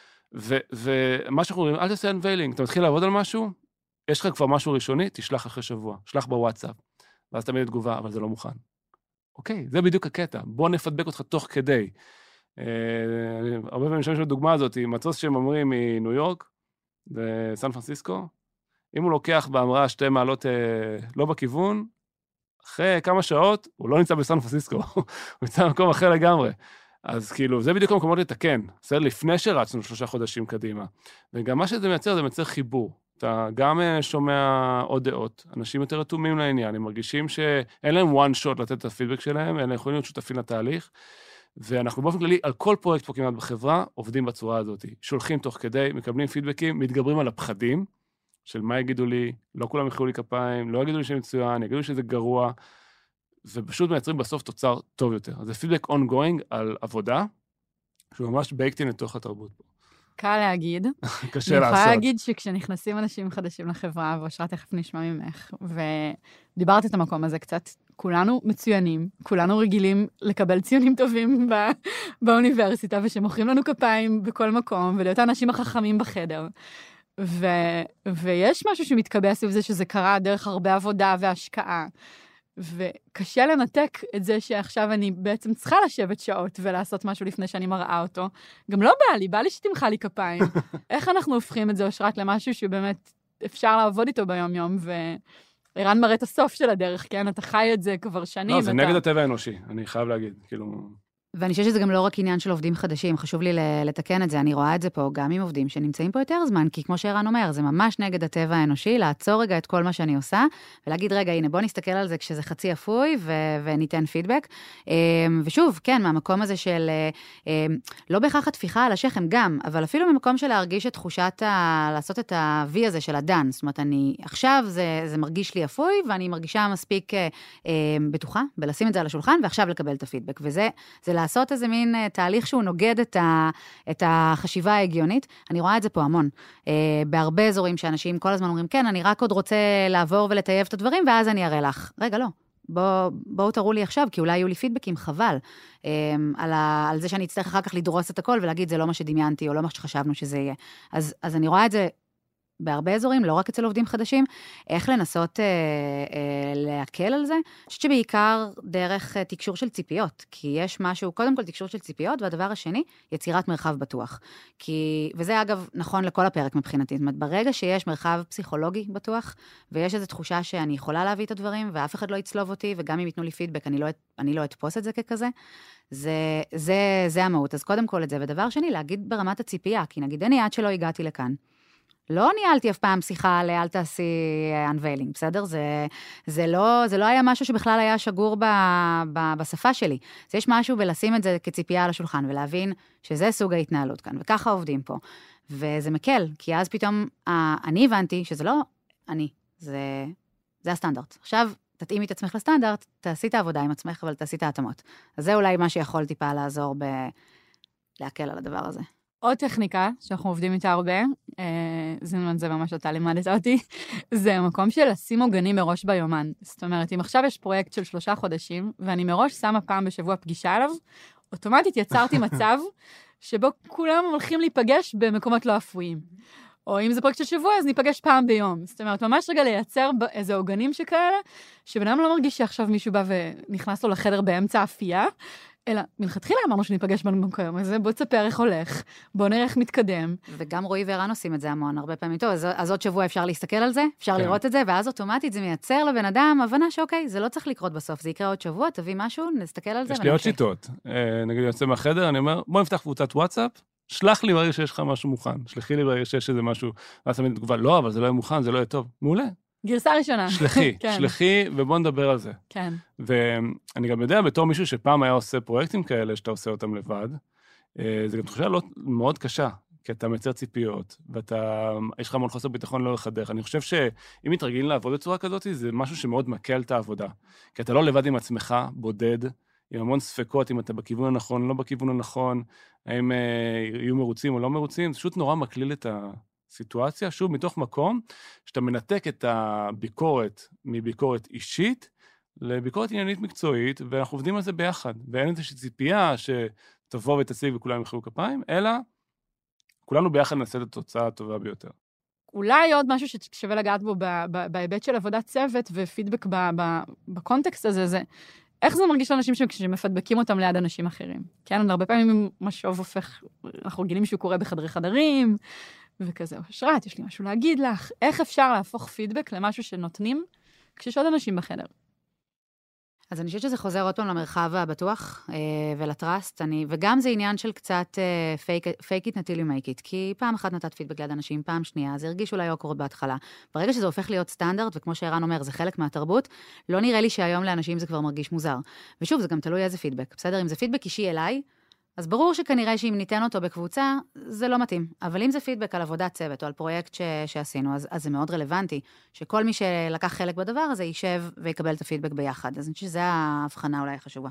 ומה שאנחנו אומרים, אל תעשה unveiling, אתה מתחיל לעבוד על משהו, יש לך כבר משהו ראשוני, תשלח אחרי שבוע, שלח בוואטסאפ, ואז תמיד תגובה, אבל זה לא מוכן. אוקיי, זה בדיוק הקטע, בוא נפדבק אותך תוך כדי. הרבה פעמים משתמש בדוגמה הזאת, מטוס שהם אומרים מניו יורק, בסן פרנסיסקו, אם הוא לוקח בהמראה 2 מעלות לא בכיוון, אחרי כמה שעות, הוא לא נמצא בסן פרנסיסקו, הוא נמצא במקום אחר לגמרי. אז כאילו, זה בדיוק המקומות לתקן, בסדר, לפני שרצנו 3 חודשים קדימה. וגם מה שזה מייצר, זה מייצר חיבור. אתה גם שומע עוד דעות, אנשים יותר רתומים לעניין, הם מרגישים שאין להם one shot לתת את הפידבק שלהם, הם יכולים להיות שותפים לתהליך, ואנחנו באופן כללי, על כל פרויקט פה כמעט בחברה, עובדים בצורה הזאת. שולחים תוך כדי, מקבלים פידבקים, מתגברים על הפחדים, של מה יגידו לי, לא כולם יחאו לי כפיים, לא יגידו לי שמצוין, יגידו לי שזה גרוע, ופשוט מייצרים בסוף תוצר טוב יותר. אז זה פידבק ongoing על עבודה, שהוא ממש baked in לתוך התרבות פה. קל להגיד. קשה לעשות. אני יכולה להגיד שכשנכנסים אנשים חדשים לחברה, ואושרה תכף נשמע ממך, ודיברת את המקום הזה קצת, כולנו מצוינים, כולנו רגילים לקבל ציונים טובים באוניברסיטה, ושמוכרים לנו כפיים בכל מקום, ולהיות האנשים החכמים בחדר. ויש משהו שמתקבע סביב זה שזה קרה דרך הרבה עבודה והשקעה. וקשה לנתק את זה שעכשיו אני בעצם צריכה לשבת שעות ולעשות משהו לפני שאני מראה אותו. גם לא בא לי שתמחה לי כפיים. איך אנחנו הופכים את זה, אושרת, למשהו שבאמת אפשר לעבוד איתו ביום-יום, ואירן מראה את הסוף של הדרך, כן? אתה חי את זה כבר שנים. לא, זה נגד הטבע האנושי, אני חייב להגיד, כאילו... ואני חושבת שזה גם לא רק עניין של עובדים חדשים, חשוב לי לתקן את זה, אני רואה את זה פה גם עם עובדים שנמצאים פה יותר זמן, כי כמו שערן אומר, זה ממש נגד הטבע האנושי, לעצור רגע את כל מה שאני עושה, ולהגיד, רגע, הנה, בוא נסתכל על זה כשזה חצי אפוי, וניתן פידבק. ושוב, כן, מהמקום הזה של, לא בהכרח התפיחה על השכם גם, אבל אפילו ממקום של להרגיש את תחושת, לעשות את ה-V הזה של הדן, זאת אומרת, עכשיו זה מרגיש לי אפוי, ואני מרגישה מספיק בטוחה, בלשים את זה על השולחן, ועכשיו לקבל את הפידבק. וזה לעשות איזה מין תהליך שהוא נוגד את החשיבה ההגיונית. אני רואה את זה פה המון. בהרבה אזורים שאנשים כל הזמן אומרים, כן, אני רק עוד רוצה לעבור ולטייב את הדברים, ואז אני אראה לך. רגע, לא. בואו תראו לי עכשיו, כי אולי יהיו לי פידבקים, חבל. על זה שאני אצטרך אחר כך לדרוס את הכל, ולהגיד, זה לא מה שדמיינתי, או לא מה שחשבנו שזה יהיה. אז אני רואה את זה בהרבה אזורים, לא רק אצל עובדים חדשים, איך לנסות להקל על זה. אני חושבת שבעיקר דרך תקשור של ציפיות, כי יש משהו, קודם כל תקשור של ציפיות, והדבר השני, יצירת מרחב בטוח. וזה אגב נכון לכל הפרק מבחינתי, זאת אומרת, ברגע שיש מרחב פסיכולוגי בטוח, ויש איזו תחושה שאני יכולה להביא את הדברים, ואף אחד לא יצלוב אותי, וגם אם ייתנו לי פידבק, אני לא אתפוס את זה ככזה, זה המהות. אז קודם כל את זה, ודבר שני, להגיד ברמת הציפייה, כי נגיד אני עד שלא הגעתי לכאן, לא ניהלתי אף פעם שיחה לאל תעשי unveiling, בסדר? זה לא היה משהו שבכלל היה שגור בשפה שלי. אז יש משהו בלשים את זה כציפייה על השולחן, ולהבין שזה סוג ההתנהלות כאן, וככה עובדים פה. וזה מקל, כי אז פתאום אני הבנתי שזה לא אני, זה הסטנדרט. עכשיו, תתאימי את עצמך לסטנדרט, תעשי את העבודה עם עצמך, אבל תעשי את ההתאמות. אז זה אולי מה שיכול טיפה לעזור להקל על הדבר הזה. עוד טכניקה שאנחנו עובדים איתה הרבה, זה ממש אתה לימדת אותי, זה מקום של לשים עוגנים מראש ביומן. זאת אומרת, אם עכשיו יש פרויקט של 3 חודשים, ואני מראש שמה פעם בשבוע פגישה עליו, אוטומטית יצרתי מצב שבו כולם הולכים להיפגש במקומות לא אפויים. או אם זה פרויקט של שבוע, אז ניפגש פעם ביום. זאת אומרת, ממש רגע לייצר איזה עוגנים שכאלה, שבן אדם לא מרגיש שעכשיו מישהו בא ונכנס לו לחדר באמצע האפייה, אלא מלכתחילה אמרנו שניפגש במקום הזה, בוא תספר איך הולך, בוא נראה איך מתקדם. וגם רועי וערן עושים את זה המון, הרבה פעמים. טוב, אז עוד שבוע אפשר להסתכל על זה, אפשר לראות את זה, ואז אוטומטית זה מייצר לבן אדם הבנה שאוקיי, זה לא צריך לקרות בסוף, זה יקרה עוד שבוע, תביא משהו, נסתכל על זה. יש לי עוד שיטות. נגיד, יוצא מהחדר, אני אומר, בוא נפתח קבוצת וואטסאפ, שלח לי ברגע שיש לך משהו מוכן, שלחי לי ברגע שיש איזה משהו, ואז תמיד תגובה, לא, אבל זה לא יהיה מוכן, זה לא יהיה טוב. מעולה. גרסה ראשונה. שלחי, ובוא נדבר על זה. כן. ואני גם יודע, בתור מישהו שפעם היה עושה פרויקטים כאלה, שאתה עושה אותם לבד, זה גם תחושה לא מאוד קשה, כי אתה מייצר ציפיות, יש לך המון חוסר ביטחון לאורך הדרך. אני חושב שאם מתרגלים לעבוד בצורה כזאת, זה משהו שמאוד מקל את העבודה. כי אתה לא לבד עם עצמך, בודד, עם המון ספקות, אם אתה בכיוון הנכון, לא בכיוון הנכון, האם יהיו מרוצים או לא מרוצים, זה פשוט נורא מקליל את הסיטואציה, שוב, מתוך מקום, שאתה מנתק את הביקורת מביקורת אישית, לביקורת עניינית מקצועית, ואנחנו עובדים על זה ביחד, ואין איזושהי ציפייה שתבוא ותציג וכולם יחאו כפיים, אלא כולנו ביחד נעשה את התוצאה הטובה ביותר. אולי עוד משהו ששווה לגעת בו בהיבט של עבודת צוות ופידבק בקונטקסט הזה, זה איך זה מרגיש לאנשים שמפדבקים אותם ליד אנשים אחרים. כן, הרבה פעמים משוב הופך, אנחנו רגילים שהוא קורה בחדרי חדרים, וכזה, אשרת, יש לי משהו להגיד לך, איך אפשר להפוך פידבק למשהו שנותנים כשיש עוד אנשים בחדר? אז אני חושבת שזה חוזר עוד פעם למרחב הבטוח ולטרסט, וגם זה עניין של קצת fake it until you make it, כי פעם אחת נתת פידבק ליד אנשים, פעם שנייה, זה הרגיש אולי אוקוורד בהתחלה. ברגע שזה הופך להיות סטנדרט, וכמו שערן אומר, זה חלק מהתרבות, לא נראה לי שהיום לאנשים זה כבר מרגיש מוזר. ושוב, זה גם תלוי איזה פידבק, בסדר? אם זה פידבק אישי אליי, אז ברור שכנראה שאם ניתן אותו בקבוצה, זה לא מתאים. אבל אם זה פידבק על עבודת צוות או על פרויקט שעשינו, אז זה מאוד רלוונטי, שכל מי שלקח חלק בדבר הזה יישב ויקבל את הפידבק ביחד. אז אני חושבת שזו ההבחנה אולי חשובה.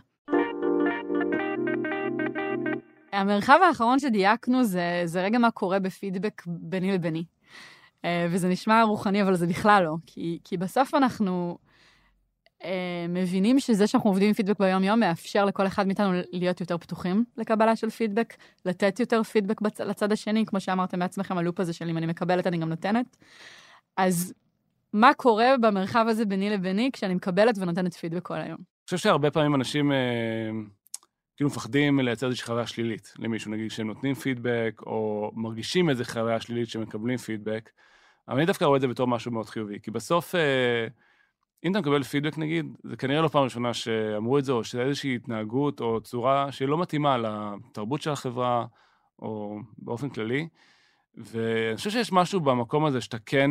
המרחב האחרון שדייקנו זה רגע מה קורה בפידבק ביני לביני. וזה נשמע רוחני, אבל זה בכלל לא. כי בסוף אנחנו מבינים שזה שאנחנו עובדים עם פידבק ביום-יום, מאפשר לכל אחד מאיתנו להיות יותר פתוחים לקבלה של פידבק, לתת יותר פידבק לצד השני, כמו שאמרתם בעצמכם, הלופ הזה של אם אני מקבלת, אני גם נותנת. אז מה קורה במרחב הזה ביני לביני, כשאני מקבלת ונותנת פידבק כל היום? אני חושב שהרבה פעמים אנשים כאילו מפחדים לייצר איזושהי חוויה שלילית למישהו, נגיד שהם נותנים פידבק, או מרגישים איזו חוויה שלילית שמקבלים פידבק, אבל אני דווקא רואה את זה בתור משהו מאוד חיובי, כי בסוף אם אתה מקבל פידבק, נגיד, זה כנראה לא פעם ראשונה שאמרו את זה, או שזה איזושהי התנהגות או צורה שלא מתאימה לתרבות של החברה, או באופן כללי. ואני חושב שיש משהו במקום הזה שאתה כן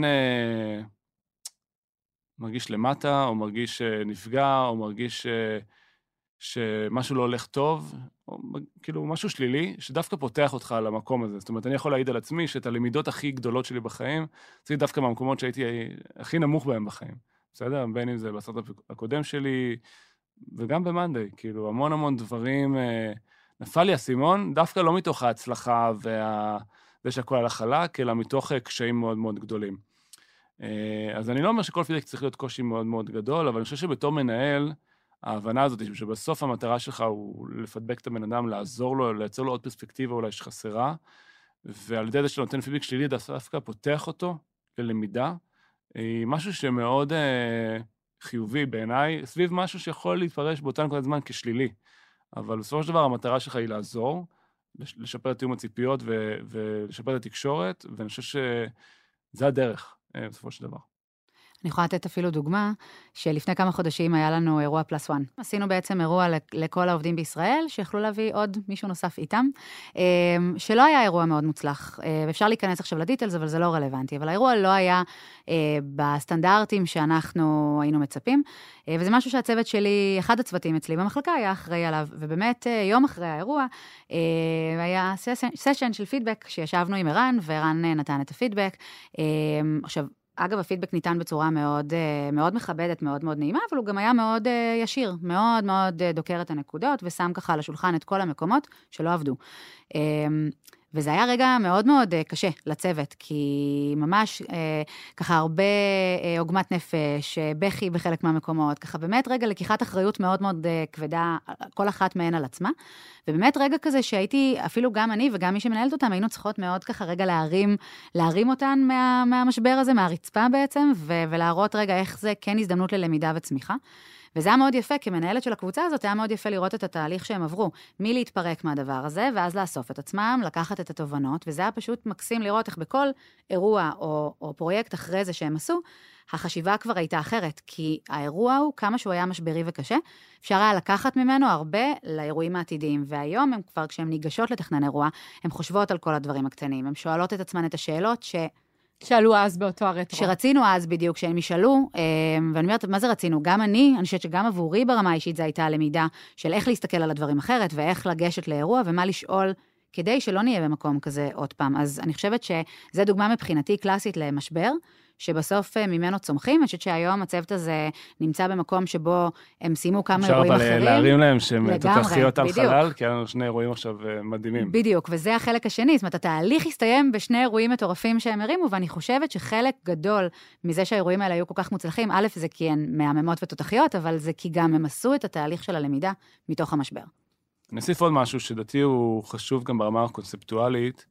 מרגיש למטה, או מרגיש נפגע, או מרגיש שמשהו לא הולך טוב, או כאילו משהו שלילי, שדווקא פותח אותך על המקום הזה. זאת אומרת, אני יכול להעיד על עצמי שאת הלמידות הכי גדולות שלי בחיים, זה דווקא מהמקומות שהייתי הכי נמוך בהם בחיים. בסדר? בין אם זה בסרט הקודם שלי, וגם במנדי, כאילו, המון דברים, נפל לי הסימון, דווקא לא מתוך ההצלחה וזה שהכל על החלק, אלא מתוך קשיים מאוד מאוד גדולים. אז אני לא אומר שכל פידבק צריך להיות קושי מאוד מאוד גדול, אבל אני חושב שבתור מנהל, ההבנה הזאת, שבסוף המטרה שלך הוא לפדבק את הבן אדם, לעזור לו, לייצר לו עוד פרספקטיבה אולי שחסרה, ועל ידי זה שאתה נותן פידבק שלילי, דווקא פותח אותו ללמידה, משהו שמאוד חיובי בעיניי, סביב משהו שיכול להתפרש באותה נקודת זמן כשלילי. אבל בסופו של דבר המטרה שלך היא לעזור, לשפר את תיאום הציפיות ולשפר את התקשורת, ואני חושב שזה הדרך בסופו של דבר. אני יכולה לתת אפילו דוגמה, שלפני כמה חודשים היה לנו אירוע פלוס 1. עשינו בעצם אירוע לכל העובדים בישראל, שיכלו להביא עוד מישהו נוסף איתם, שלא היה אירוע מאוד מוצלח. אפשר להיכנס עכשיו לדיטלס, אבל זה לא רלוונטי. אבל האירוע לא היה בסטנדרטים שאנחנו היינו מצפים, וזה משהו שהצוות שלי, אחד הצוותים אצלי במחלקה, היה אחראי עליו, ובאמת יום אחרי האירוע, היה סשן של פידבק, שישבנו עם ערן, וערן נתן את הפידבק. עכשיו, אגב, הפידבק ניתן בצורה מאוד, מאוד מכבדת, מאוד מאוד נעימה, אבל הוא גם היה מאוד ישיר, מאוד מאוד דוקר את הנקודות, ושם ככה על השולחן את כל המקומות שלא עבדו. וזה היה רגע מאוד מאוד קשה לצוות, כי ממש ככה הרבה עוגמת נפש, בכי בחלק מהמקומות, ככה באמת רגע לקיחת אחריות מאוד מאוד כבדה, כל אחת מהן על עצמה, ובאמת רגע כזה שהייתי, אפילו גם אני וגם מי שמנהלת אותם, היינו צריכות מאוד ככה רגע להרים אותן מהמשבר הזה, מהרצפה בעצם, ולהראות רגע איך זה כן הזדמנות ללמידה וצמיחה. וזה היה מאוד יפה, כמנהלת של הקבוצה הזאת, היה מאוד יפה לראות את התהליך שהם עברו, מי להתפרק מהדבר הזה, ואז לאסוף את עצמם, לקחת את התובנות, וזה היה פשוט מקסים לראות איך בכל אירוע או פרויקט אחרי זה שהם עשו, החשיבה כבר הייתה אחרת, כי האירוע הוא, כמה שהוא היה משברי וקשה, אפשר היה לקחת ממנו הרבה לאירועים העתידיים, והיום הם כבר, כשהם ניגשות לתכנן אירוע, הם חושבות על כל הדברים הקטנים, הם שואלות את עצמן את השאלות שאלו אז באותו הרטרו. שרצינו אז בדיוק, שהם ישאלו, ואני אומרת, מה זה רצינו? גם אני חושבת שגם עבורי ברמה האישית, זה הייתה למידה של איך להסתכל על הדברים אחרת, ואיך לגשת לאירוע, ומה לשאול, כדי שלא נהיה במקום כזה עוד פעם. אז אני חושבת שזה דוגמה מבחינתי קלאסית למשבר, שבסוף ממנו צומחים. אני חושבת שהיום הצוות הזה נמצא במקום שבו הם סיימו כמה אירועים אחרים. אפשר אבל להרים להם שהם תותחיות על חלל, כי היה לנו שני אירועים עכשיו מדהימים. בדיוק, וזה החלק השני. זאת אומרת, התהליך הסתיים בשני אירועים מטורפים שהם הרימו, ואני חושבת שחלק גדול מזה שהאירועים האלה היו כל כך מוצלחים, א', זה כי הן מהממות ותותחיות, אבל זה כי גם הם עשו את התהליך של הלמידה מתוך המשבר. נוסיף עוד משהו שדעתי הוא חשוב גם ברמה הקונספטואלית,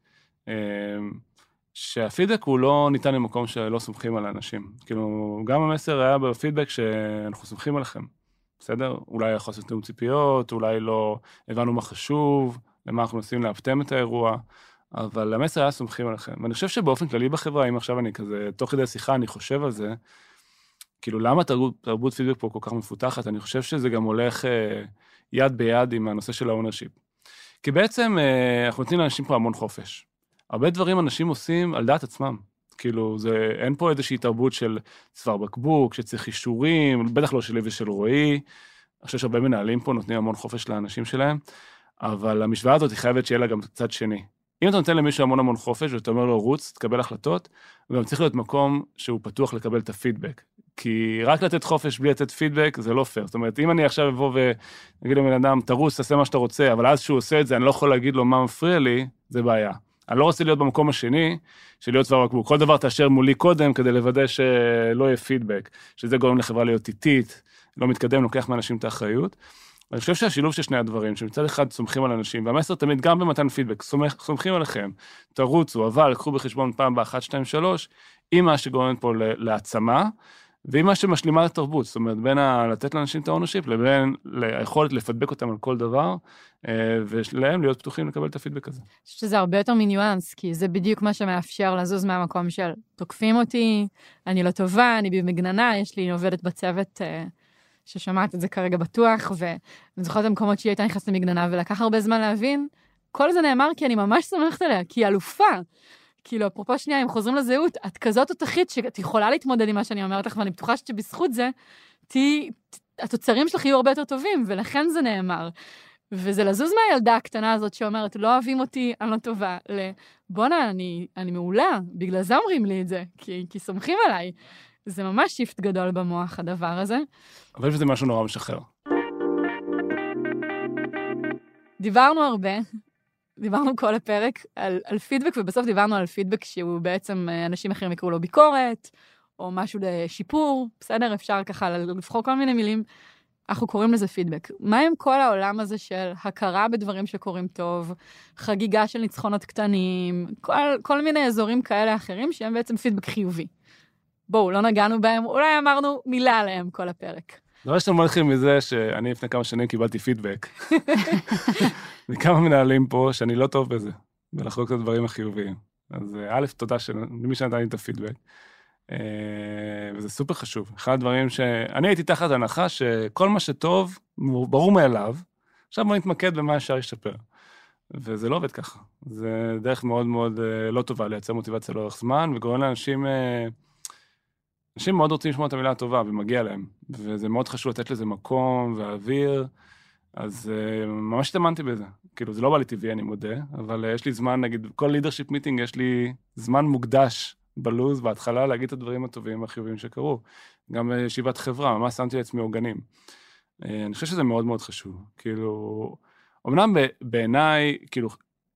שהפידבק הוא לא ניתן למקום שלא סומכים על האנשים. כאילו, גם המסר היה בפידבק שאנחנו סומכים עליכם, בסדר? אולי יכול לעשות תאום ציפיות, אולי לא הבנו מה חשוב, למה אנחנו מנסים להפתם את האירוע, אבל המסר היה סומכים עליכם. ואני חושב שבאופן כללי בחברה, אם עכשיו אני כזה, תוך כדי שיחה אני חושב על זה, כאילו, למה תרבות פידבק פה כל כך מפותחת? אני חושב שזה גם הולך יד ביד עם הנושא של האונרשיפ. כי בעצם אנחנו נותנים לאנשים פה המון חופש. הרבה דברים אנשים עושים על דעת עצמם. כאילו, אין פה איזושהי תרבות של צוואר בקבוק, שצריך אישורים, בטח לא שלי ושל רועי. אני חושב שהרבה מנהלים פה נותנים המון חופש לאנשים שלהם, אבל המשוואה הזאת היא חייבת שיהיה לה גם צד שני. אם אתה נותן למישהו המון חופש, ואתה אומר לו, רוץ, תקבל החלטות, וגם צריך להיות מקום שהוא פתוח לקבל את הפידבק. כי רק לתת חופש בלי לתת פידבק, זה לא פייר. זאת אומרת, אם אני עכשיו אבוא ונגיד לבן אדם, תרוץ, תעשה מה שאתה רוצה, אבל אז שהוא עושה את זה, אני לא יכול להגיד לו מה מפריע לי, זה בעיה. אני לא רוצה להיות במקום השני, של להיות צוואר בקבוק. כל דבר תאשר מולי קודם, כדי לוודא שלא יהיה פידבק, שזה גורם לחברה להיות איטית, לא מתקדם, לוקח מאנשים את האחריות. אני חושב שהשילוב של שני הדברים, שמצד אחד סומכים על אנשים, והמסר תמיד גם במתן פידבק, סומכים עליכם, תרוצו, אבל קחו בחשבון פעם ב1, 2, 3, עם מה שגורם פה להעצמה, ועם מה שמשלימה לתרבות, זאת אומרת, בין לתת לאנשים את האונרשיפ, לבין היכולת לפדבק אותם על כל דבר, ולהם להיות פתוחים לקבל את הפידבק הזה. אני חושבת שזה הרבה יותר מניואנס, כי זה בדיוק מה שמאפשר לזוז מהמקום של תוקפים אותי, אני לא טובה, אני במגננה, יש לי עובדת בצוות ששמעת את זה כרגע בטוח, ואני זוכרת המקומות שהיא הייתה נכנסת למגננה, ולקח הרבה זמן להבין, כל זה נאמר כי אני ממש סומכת עליה, כי היא אלופה. כאילו, אפרופו שנייה, אם חוזרים לזהות, את כזאת תותחית שאת יכולה להתמודד עם מה שאני אומרת לך, ואני בטוחה שבזכות זה, התוצרים שלך יהיו הרבה יותר טובים, ולכן זה נאמר. וזה לזוז מהילדה הקטנה הזאת שאומרת, לא אוהבים אותי, אני לא טובה, בונה, אני מעולה, בגלל זה אומרים לי את זה, כי סומכים עליי. זה ממש שיפט גדול במוח, הדבר הזה. אבל זה משהו נורא משחרר. דיברנו הרבה, דיברנו כל הפרק על פידבק, ובסוף דיברנו על פידבק שהוא בעצם, אנשים אחרים יקראו לו ביקורת, או משהו לשיפור, בסדר, אפשר ככה לבחור כל מיני מילים, אנחנו קוראים לזה פידבק. מה עם כל העולם הזה של הכרה בדברים שקורים טוב, חגיגה של ניצחונות קטנים, כל מיני אזורים כאלה אחרים, שהם בעצם פידבק חיובי. בואו, לא נגענו בהם, אולי אמרנו מילה עליהם כל הפרק. דבר שאתם מלכים מזה שאני לפני כמה שנים קיבלתי פידבק. מכמה מנהלים פה שאני לא טוב בזה, ולחלוק את הדברים החיוביים. אז א', תודה למי שנתן לי את הפידבק. וזה סופר חשוב. אחד הדברים שאני הייתי תחת הנחה שכל מה שטוב, ברור מאליו, עכשיו בוא נתמקד במה אפשר לשפר. וזה לא עובד ככה. זה דרך מאוד מאוד לא טובה לייצר מוטיבציה לאורך זמן, וגורם לאנשים... אנשים מאוד רוצים לשמוע את המילה הטובה, ומגיע להם. וזה מאוד חשוב לתת לזה מקום ואוויר, אז ממש התאמנתי בזה. כאילו, זה לא בא לי טבעי, אני מודה, אבל יש לי זמן, נגיד, כל לידרשיפ מיטינג, יש לי זמן מוקדש בלוז, בהתחלה, להגיד את הדברים הטובים והחיוביים שקרו. גם בישיבת חברה, ממש שמתי לעצמי עוגנים. אני חושב שזה מאוד מאוד חשוב. כאילו, אמנם בעיניי, כאילו,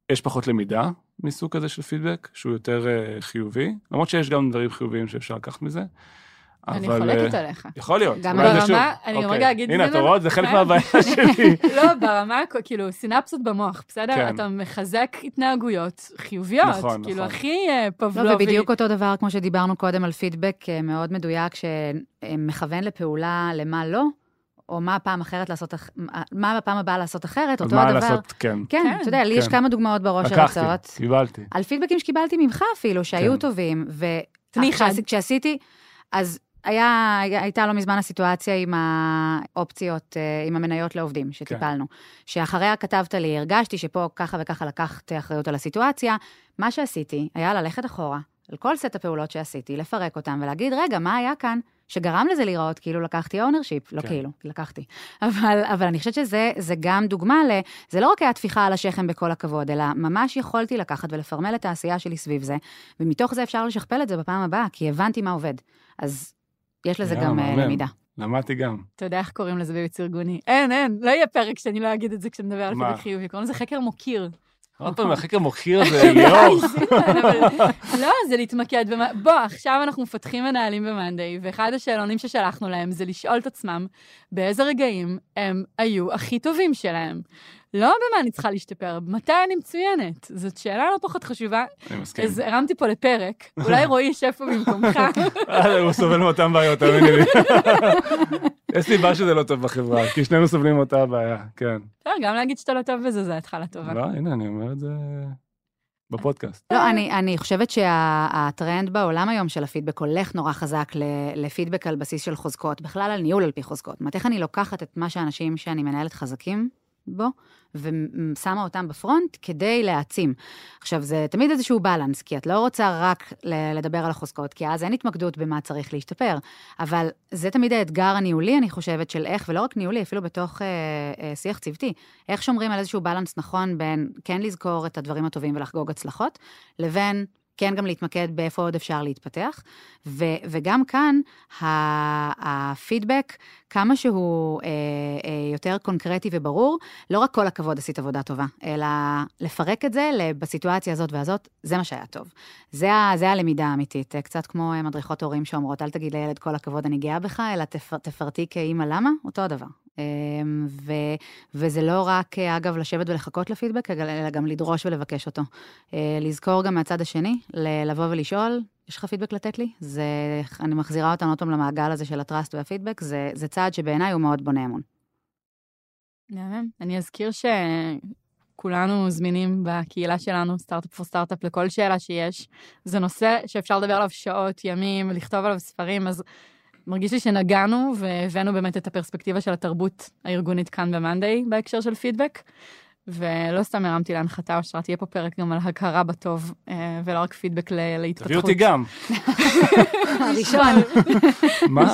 יש פחות למידה מסוג כזה של פידבק, שהוא יותר חיובי, למרות שיש גם דברים חיוביים שאפשר לקחת מזה. אני חולקת עליך. יכול להיות. גם ברמה, אני גם רגע אגיד... הנה, אתה רואה, זה חלק מהבעיה שלי. לא, ברמה, כאילו, סינפסות במוח, בסדר? אתה מחזק התנהגויות חיוביות. נכון. כאילו, הכי פבלובי. לא, ובדיוק אותו דבר, כמו שדיברנו קודם על פידבק מאוד מדויק, שמכוון לפעולה למה לא, או מה הפעם אחרת לעשות, מה הפעם הבאה לעשות אחרת, אותו הדבר. מה לעשות, כן. כן, אתה יודע, לי יש כמה דוגמאות בראש לקחתי, הרצות. קיבלתי. על פידבקים שקיבלתי ממך אפילו, שהיו טובים, וכשעשיתי, אז הייתה לא מזמן הסיטואציה עם האופציות, עם המניות לעובדים שטיפלנו, שאחריה כתבת לי, הרגשתי שפה ככה וככה לקחת אחריות על הסיטואציה, מה שעשיתי היה ללכת אחורה, על כל סט הפעולות שעשיתי, לפרק אותם ולהגיד, רגע, מה היה כאן שגרם לזה לראות, כאילו לקחתי ownership, לא כאילו, לקחתי. אבל אני חושבת שזה גם דוגמה זה לא רק היה תפיחה על השכם בכל הכבוד, אלא ממש יכולתי לקחת ולפרמל את העשייה שלי סביב זה, ומתוך זה אפשר לשכפל את זה בפעם הבאה, כי הבנתי מה עובד. אז יש לזה גם למידה. למדתי גם. אתה יודע איך קוראים לזה בייעוץ ארגוני? אין, לא יהיה פרק שאני לא אגיד את זה כשנדבר על פידבק חיובי, קוראים לזה חקר מוקיר. עוד פעם, החקר מוקיר זה ליאור. לא, זה להתמקד. בוא, עכשיו אנחנו מפתחים מנהלים במאנדיי, ואחד השאלונים ששלחנו להם זה לשאול את עצמם באיזה רגעים הם היו הכי טובים שלהם. לא במה אני צריכה להשתפר, מתי אני מצוינת? זאת שאלה לא פחות חשובה. אני מסכים. אז הרמתי פה לפרק, אולי רועי ישב פה במקומך. הוא סובל מאותם בעיות, תאמיני לי. יש סיבה שזה לא טוב בחברה, כי שנינו סובלים מאותה הבעיה, כן. גם להגיד שאתה לא טוב בזה, זה התחלה טובה. לא, הנה, אני אומר את זה בפודקאסט. לא, אני חושבת שהטרנד בעולם היום של הפידבק הולך נורא חזק לפידבק על בסיס של חוזקות, בכלל על ניהול על פי חוזקות. זאת אומרת, איך אני לוקחת את מה שאנשים שאני מנהלת חזקים בו, ושמה אותם בפרונט כדי להעצים. עכשיו, זה תמיד איזשהו בלנס, כי את לא רוצה רק לדבר על החוזקות, כי אז אין התמקדות במה צריך להשתפר, אבל זה תמיד האתגר הניהולי, אני חושבת, של איך, ולא רק ניהולי, אפילו בתוך שיח צוותי, איך שומרים על איזשהו בלנס נכון בין כן לזכור את הדברים הטובים ולחגוג הצלחות, לבין כן גם להתמקד באיפה עוד אפשר להתפתח, וגם כאן הפידבק, כמה שהוא יותר קונקרטי וברור, לא רק כל הכבוד עשית עבודה טובה, אלא לפרק את זה בסיטואציה הזאת והזאת, זה מה שהיה טוב. זה הלמידה האמיתית, קצת כמו מדריכות הורים שאומרות, אל תגיד לילד כל הכבוד אני גאה בך, אלא תפרטי כאמא למה, אותו הדבר. וזה לא רק, אגב, לשבת ולחכות לפידבק, אלא גם לדרוש ולבקש אותו. לזכור גם מהצד השני, לבוא ולשאול, יש לך פידבק לתת לי? אני מחזירה אותנו אותם למעגל הזה של הטראסט והפידבק, זה צעד שבעיניי הוא מאוד בונה אמון. אני אזכיר שכולנו זמינים בקהילה שלנו, סטארט-אפ פור סטארט-אפ, לכל שאלה שיש. זה נושא שאפשר לדבר עליו שעות, ימים, לכתוב עליו ספרים, אז מרגיש לי שנגענו והבאנו באמת את הפרספקטיבה של התרבות הארגונית כאן במאנדיי, בהקשר של פידבק, ולא סתם הרמתי להנחתה, או שתהיה פה פרק גם על הכרה בטוב, ולא רק פידבק להתפתחות. תביא אותי גם. הראשון. מה?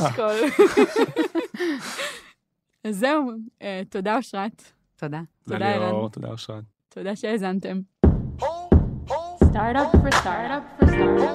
אז זהו, תודה אושרת. תודה. תודה ערן. תודה אושרת. תודה שהאזנתם. Startup for startup for startup.